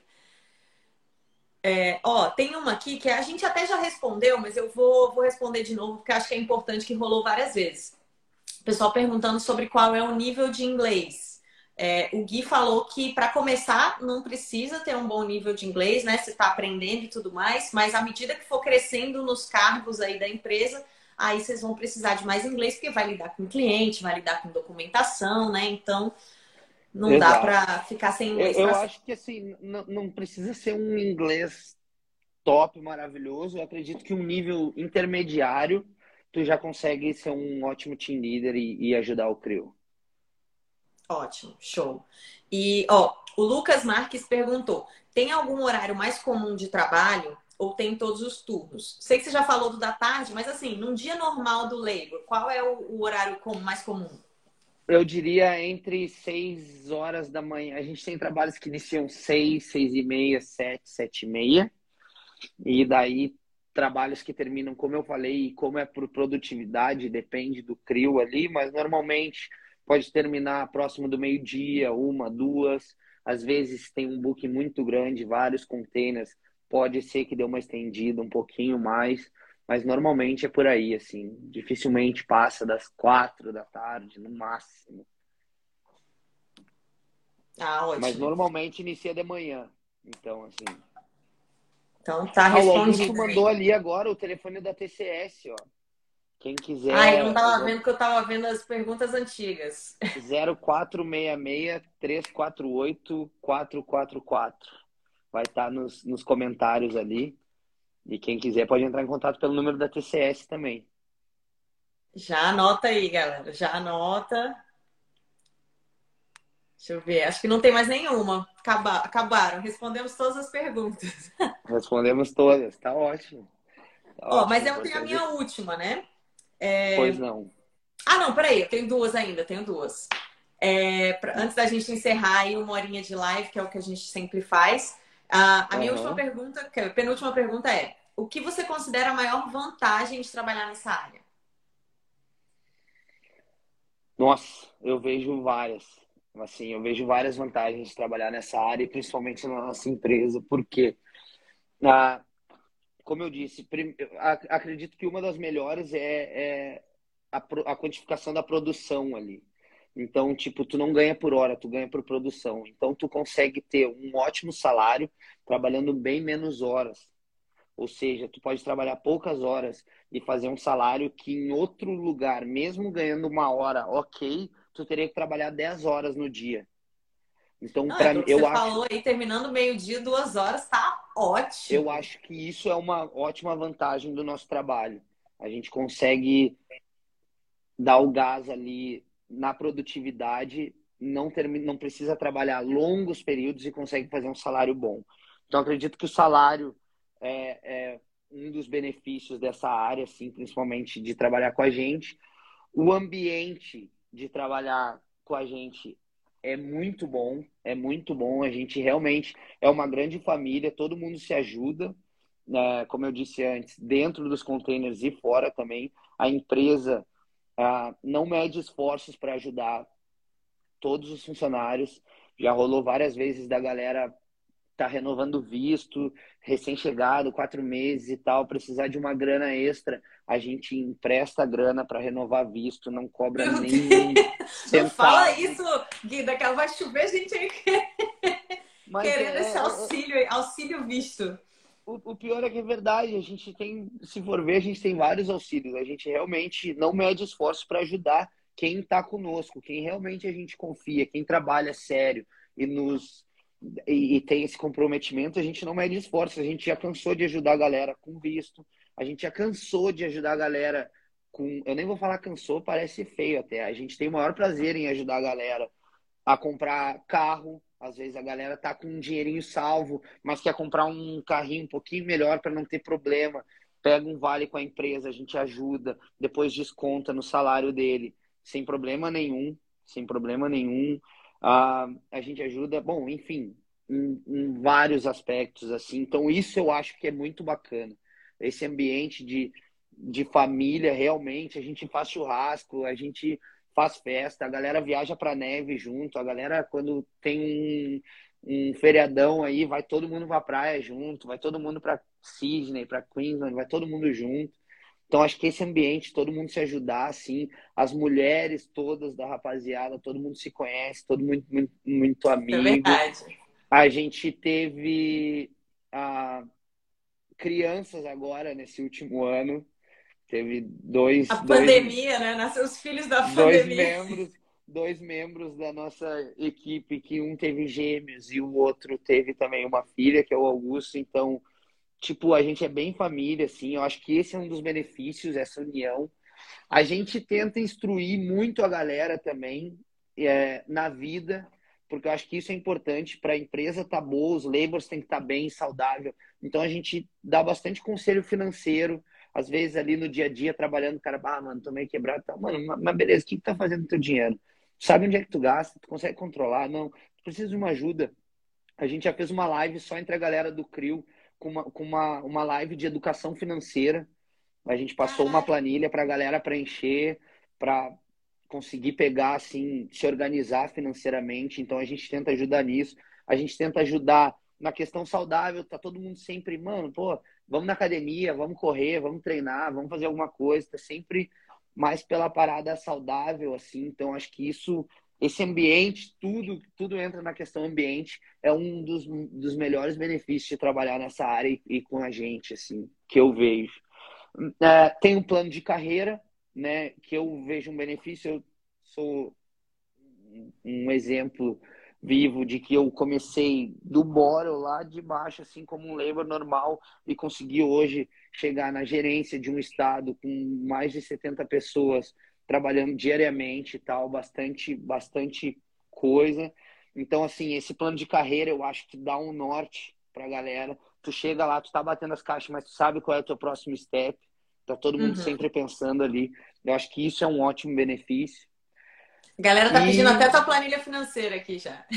Ó, tem uma aqui que a gente até já respondeu, mas eu vou responder de novo, porque acho que é importante, que rolou várias vezes. O pessoal perguntando sobre qual é o nível de inglês. O Gui falou que para começar não precisa ter um bom nível de inglês, né? Você está aprendendo e tudo mais, mas à medida que for crescendo nos cargos aí da empresa, aí vocês vão precisar de mais inglês, porque vai lidar com cliente, vai lidar com documentação, né? Então não dá Exato. para ficar sem Eu, inglês eu para acho que assim, não precisa ser um inglês top, maravilhoso. Eu acredito que um nível intermediário tu já consegue ser um ótimo team leader e ajudar o CRIO. Ótimo, show. E, ó, o Lucas Marques perguntou: tem algum horário mais comum de trabalho ou tem todos os turnos? Sei que você já falou do da tarde, mas assim, num dia normal do labor, qual é o horário mais comum? Eu diria entre 6 horas da manhã. A gente tem trabalhos que iniciam 6, 6h30, 7, 7h30. E daí trabalhos que terminam, como eu falei, como é por produtividade, depende do CRIO ali, mas normalmente pode terminar próximo do meio-dia, 1, 2. Às vezes tem um book muito grande, vários containers, pode ser que dê uma estendida um pouquinho mais, mas normalmente é por aí, assim. Dificilmente passa das 4 da tarde, no máximo. Ah, Mas ótimo. normalmente inicia de manhã. Então, assim. Então tá Ah, o Augusto respondido mandou aí. ali agora o telefone da TCS, ó. Quem Ah, eu não quiser, tava vendo que eu tava vendo as perguntas antigas. 0466-348-444. Vai estar nos comentários ali. E quem quiser pode entrar em contato pelo número da TCS também. Já anota aí, galera. Já anota. Deixa eu ver. Acho que não tem mais nenhuma. Acabaram. Respondemos todas as perguntas. Respondemos todas. Tá ótimo. Tá Ó, mas ótimo. eu tenho a Importante. minha última, né? Pois não. Ah, não, peraí. Eu tenho duas ainda. Tenho duas. Antes da gente encerrar aí 1 horinha de live, que é o que a gente sempre faz, a minha última Aham. pergunta, que é a penúltima pergunta é: o que você considera a maior vantagem de trabalhar nessa área? Nossa, eu vejo várias. Assim, eu vejo várias vantagens de trabalhar nessa área, e principalmente na nossa empresa, porque, ah, como eu disse, acredito que uma das melhores é a quantificação da produção ali. Então, tipo, tu não ganha por hora, tu ganha por produção. Então, tu consegue ter um ótimo salário trabalhando bem menos horas. Ou seja, tu pode trabalhar poucas horas e fazer um salário que em outro lugar, mesmo ganhando uma hora, ok, tu teria que trabalhar 10 horas no dia. Então, Não, é pelo que você eu acho, falou aí, terminando meio-dia, 2 horas, tá eu ótimo. acho que isso é uma ótima vantagem do nosso trabalho. A gente consegue dar o gás ali na produtividade, não precisa trabalhar longos períodos e consegue fazer um salário bom. Então, acredito que o salário é um dos benefícios dessa área, assim, principalmente de trabalhar com a gente. O ambiente de trabalhar com a gente é muito bom, é muito bom. A gente realmente é uma grande família, todo mundo se ajuda, né? Como eu disse antes, dentro dos containers e fora também. A empresa não mede esforços para ajudar todos os funcionários. Já rolou várias vezes da galera tá renovando visto, recém-chegado, 4 meses e tal, precisar de uma grana extra, a gente empresta a grana para renovar visto, não cobra Meu nenhum Deus, não fala centavo. isso, Gui, daqui a pouco vai chover gente aí Mas querendo esse auxílio, auxílio visto. o pior é que é verdade, a gente tem, se for ver, a gente tem vários auxílios, a gente realmente não mede esforços para ajudar quem está conosco, quem realmente a gente confia, quem trabalha sério e e tem esse comprometimento, a gente não mede esforços, a gente já cansou de ajudar a galera com visto, a gente já cansou de ajudar a galera com, eu nem vou falar cansou, parece feio até, a gente tem o maior prazer em ajudar a galera a comprar carro. Às vezes a galera tá com um dinheirinho salvo, mas quer comprar um carrinho um pouquinho melhor para não ter problema. Pega um vale com a empresa, a gente ajuda, depois desconta no salário dele, sem problema nenhum, sem problema nenhum. A gente ajuda, bom, enfim, em vários aspectos assim. Então isso eu acho que é muito bacana. Esse ambiente de família, realmente, a gente faz churrasco, a gente faz festa, a galera viaja pra neve junto, a galera quando tem um feriadão aí, vai todo mundo pra praia junto, vai todo mundo pra Sydney, pra Queensland, vai todo mundo junto. Então acho que esse ambiente, todo mundo se ajudar, assim, as mulheres todas da rapaziada, todo mundo se conhece, todo mundo muito É amigo. verdade. A gente teve crianças agora nesse último ano, teve A pandemia, né? Nasceu os filhos da dois pandemia. membros, dois membros da nossa equipe, que um teve gêmeos e o outro teve também uma filha, que é o Augusto. Então, tipo, a gente é bem família, assim. Eu acho que esse é um dos benefícios, essa união. A gente tenta instruir muito a galera também na vida, porque eu acho que isso é importante para a empresa estar boa, os labors têm que estar bem, saudável. Então a gente dá bastante conselho financeiro, às vezes ali no dia a dia, trabalhando, o cara, mano, tô meio quebrado, tá, mano, mas beleza, o que que tá fazendo com teu dinheiro? Tu sabe onde é que tu gasta? Tu consegue controlar? Não, tu precisa de uma ajuda. A gente já fez uma live só entre a galera do CRIO, uma live de educação financeira. A gente passou uma Caraca, planilha para a galera preencher, para conseguir pegar, assim, se organizar financeiramente. Então a gente tenta ajudar nisso. A gente tenta ajudar na questão saudável. Tá todo mundo sempre, mano, pô, vamos na academia, vamos correr, vamos treinar, vamos fazer alguma coisa. Tá sempre mais pela parada saudável, assim. Então acho que isso, esse ambiente, tudo entra na questão ambiente. É um dos melhores benefícios de trabalhar nessa área e com a gente, assim, que eu vejo. Tem um plano de carreira, né, que eu vejo um benefício. Eu sou um exemplo vivo de que eu comecei do bottom lá de baixo, assim como um labor normal, e consegui hoje chegar na gerência de um estado com mais de 70 pessoas trabalhando diariamente e tal, bastante coisa. Então, assim, esse plano de carreira eu acho que dá um norte pra galera. Tu chega lá, tu tá batendo as caixas, mas tu sabe qual é o teu próximo step. Tá todo mundo uhum. sempre pensando ali. Eu acho que isso é um ótimo benefício. A galera tá pedindo até E tua planilha financeira aqui já.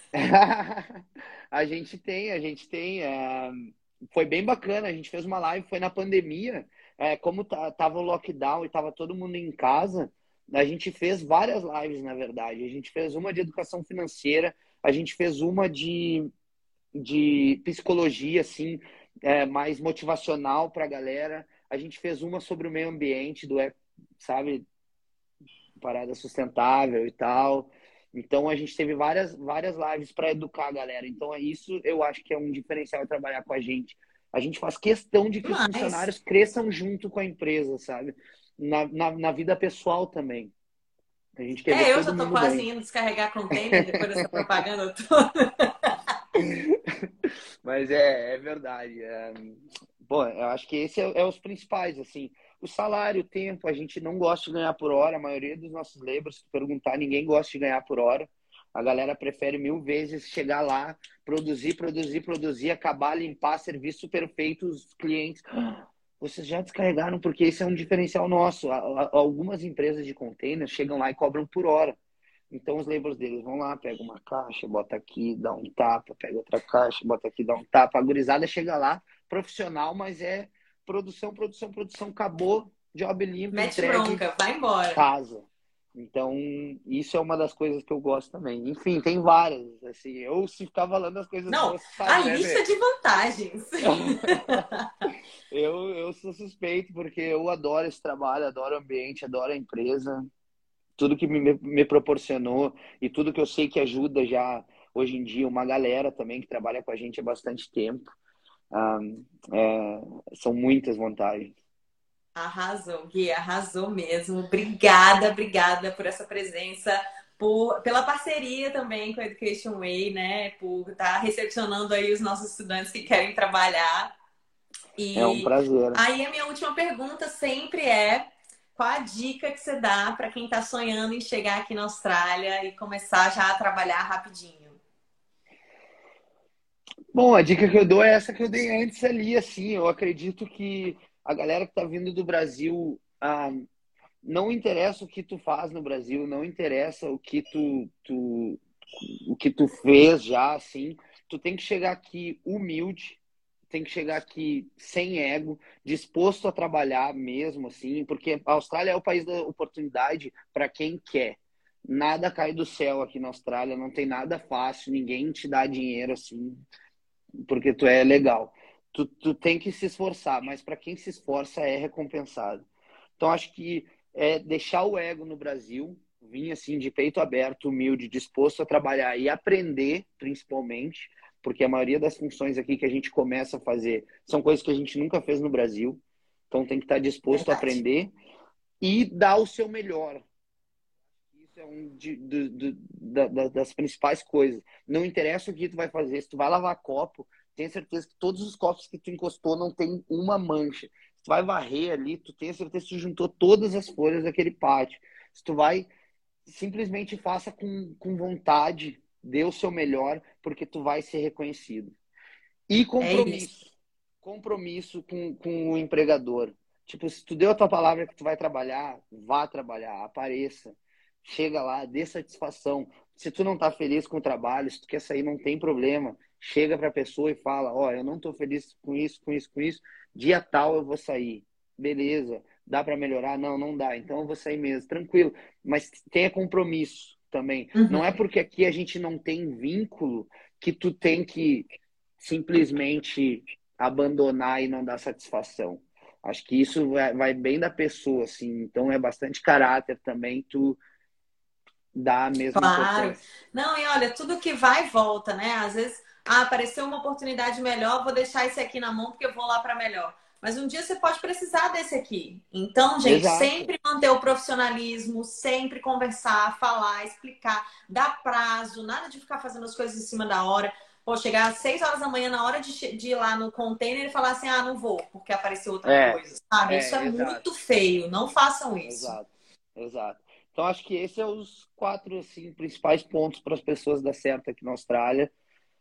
a gente tem. Foi bem bacana, a gente fez uma live, foi na pandemia, como tava o lockdown e tava todo mundo em casa, a gente fez várias lives, na verdade. A gente fez uma de educação financeira, a gente fez uma de psicologia, assim, mais motivacional para a galera. A gente fez uma sobre o meio ambiente, sabe, parada sustentável e tal. Então a gente teve várias lives para educar a galera. Então é isso, eu acho que é um diferencial trabalhar com a gente. A gente faz questão de que os Mas, funcionários cresçam junto com a empresa, sabe? Na vida pessoal também. A gente quer ver eu todo já tô mundo quase bem. indo descarregar container depois dessa propaganda toda. Mas é verdade. Bom, eu acho que esse é os principais, assim. O salário, o tempo, a gente não gosta de ganhar por hora. A maioria dos nossos laborers, se tu perguntar, ninguém gosta de ganhar por hora. A galera prefere mil vezes chegar lá, produzir, produzir, produzir, acabar, limpar, serviço perfeito, os clientes. "Ah, vocês já descarregaram, porque esse é um diferencial nosso. Algumas empresas de container chegam lá e cobram por hora. Então os labels deles vão lá, pega uma caixa, bota aqui, dá um tapa, pega outra caixa, bota aqui, dá um tapa. A gurizada chega lá, profissional, mas é produção, produção, produção, acabou, job limpo, Mete entregue, bronca, vai embora. casa. Então, isso é uma das coisas que eu gosto também. Enfim, tem várias, assim, eu se ficar falando as coisas Não, boas, a sabe, né, lista Bê? de vantagens. Eu sou suspeito porque eu adoro esse trabalho, adoro o ambiente, adoro a empresa, tudo que me proporcionou e tudo que eu sei que ajuda já hoje em dia uma galera também que trabalha com a gente há bastante tempo. Ah, são muitas vantagens. Arrasou, Gui, arrasou mesmo. Obrigada, obrigada por essa presença, pela parceria também com a Education Way, né? Por estar recepcionando aí os nossos estudantes que querem trabalhar. É um E prazer. aí a minha última pergunta sempre é: qual a dica que você dá para quem está sonhando em chegar aqui na Austrália e começar já a trabalhar rapidinho? Bom, a dica que eu dou é essa que eu dei antes ali, assim, eu acredito que a galera que está vindo do Brasil, não interessa o que tu faz no Brasil, não interessa o que tu fez já, assim, tu tem que chegar aqui humilde, tem que chegar aqui sem ego, disposto a trabalhar mesmo, assim, porque a Austrália é o país da oportunidade para quem quer. Nada cai do céu aqui na Austrália, não tem nada fácil, ninguém te dá dinheiro assim, porque tu é legal. Tu tem que se esforçar, mas para quem se esforça é recompensado. Então acho que deixar o ego no Brasil, vir assim de peito aberto, humilde, disposto a trabalhar e aprender, principalmente, porque a maioria das funções aqui que a gente começa a fazer são coisas que a gente nunca fez no Brasil. Então tem que estar disposto a Verdade. aprender e dar o seu melhor. Isso é das principais coisas. Não interessa o que tu vai fazer. Se tu vai lavar copo, tenha certeza que todos os copos que tu encostou não tem uma mancha. Se tu vai varrer ali, tu tenha certeza que tu juntou todas as folhas daquele pátio. Se tu vai, simplesmente faça com vontade, dê o seu melhor, porque tu vai ser reconhecido. E É isso. compromisso. Compromisso com o empregador. Tipo, se tu deu a tua palavra que tu vai trabalhar, vá trabalhar, apareça. Chega lá, dê satisfação. Se tu não tá feliz com o trabalho, se tu quer sair, não tem problema. Chega pra pessoa e fala, ó, eu não tô feliz com isso, com isso, com isso. Dia tal eu vou sair. Beleza. Dá pra melhorar? Não, não dá. Então eu vou sair mesmo. Tranquilo. Mas tenha compromisso também. Não é Uhum. porque aqui a gente não tem vínculo que tu tem que simplesmente abandonar e não dar satisfação. Acho que isso vai bem da pessoa, assim. Então é bastante caráter também tu dar a mesma Claro. importância. Não, e olha, tudo que vai e volta, né? Às vezes, apareceu uma oportunidade melhor, vou deixar esse aqui na mão porque eu vou lá para melhor. Mas um dia você pode precisar desse aqui. Então, gente, Exato. sempre manter o profissionalismo, sempre conversar, falar, explicar, dar prazo, nada de ficar fazendo as coisas em cima da hora. Pô, chegar às 6 horas da manhã na hora de ir lá no container e falar assim: ah, não vou, porque apareceu outra É, coisa, sabe? Isso é exato, muito feio. Não façam isso. exato, exato. Então acho que esses são os quatro assim, principais pontos para as pessoas dar certo aqui na Austrália.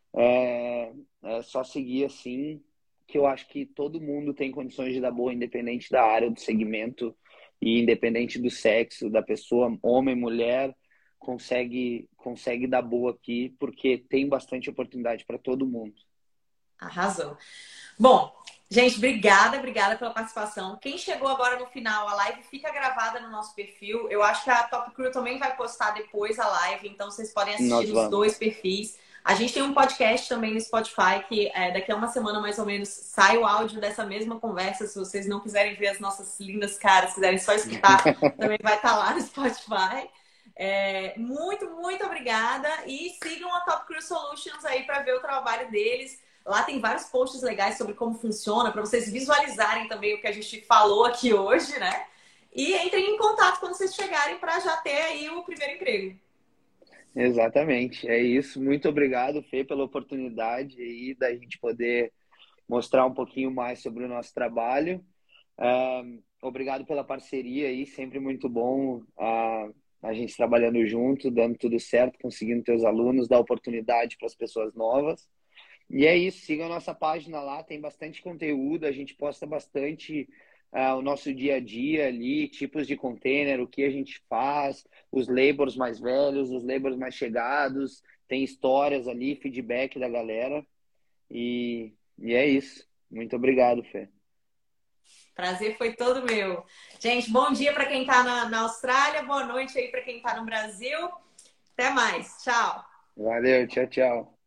É só seguir assim, que eu acho que todo mundo tem condições de dar boa, independente da área, do segmento e independente do sexo da pessoa, homem, mulher. consegue dar boa aqui, porque tem bastante oportunidade para todo mundo. Arrasou. Bom, gente, obrigada pela participação. Quem chegou agora no final, a live fica gravada no nosso perfil. Eu acho que a Top Crew também vai postar depois a live, então vocês podem assistir Nós nos vamos. dois perfis. A gente tem um podcast também no Spotify que daqui a uma semana mais ou menos sai o áudio dessa mesma conversa. Se vocês não quiserem ver as nossas lindas caras, quiserem só escutar, também vai estar lá no Spotify. Muito obrigada e sigam a Top Crew Solutions aí para ver o trabalho deles. Lá tem vários posts legais sobre como funciona, para vocês visualizarem também o que a gente falou aqui hoje, né? E entrem em contato quando vocês chegarem para já ter aí o primeiro emprego. Exatamente, é isso. Muito obrigado, Fê, pela oportunidade aí da gente poder mostrar um pouquinho mais sobre o nosso trabalho. Obrigado pela parceria aí, sempre muito bom a gente trabalhando junto, dando tudo certo, conseguindo ter os alunos, dar oportunidade para as pessoas novas. E é isso, sigam a nossa página lá, tem bastante conteúdo, a gente posta bastante o nosso dia a dia ali, tipos de container, o que a gente faz, os labels mais velhos, os labels mais chegados, tem histórias ali, feedback da galera. E é isso. Muito obrigado, Fê. Prazer foi todo meu. Gente, bom dia para quem está na Austrália, boa noite aí para quem está no Brasil. Até mais. Tchau. Valeu, tchau, tchau.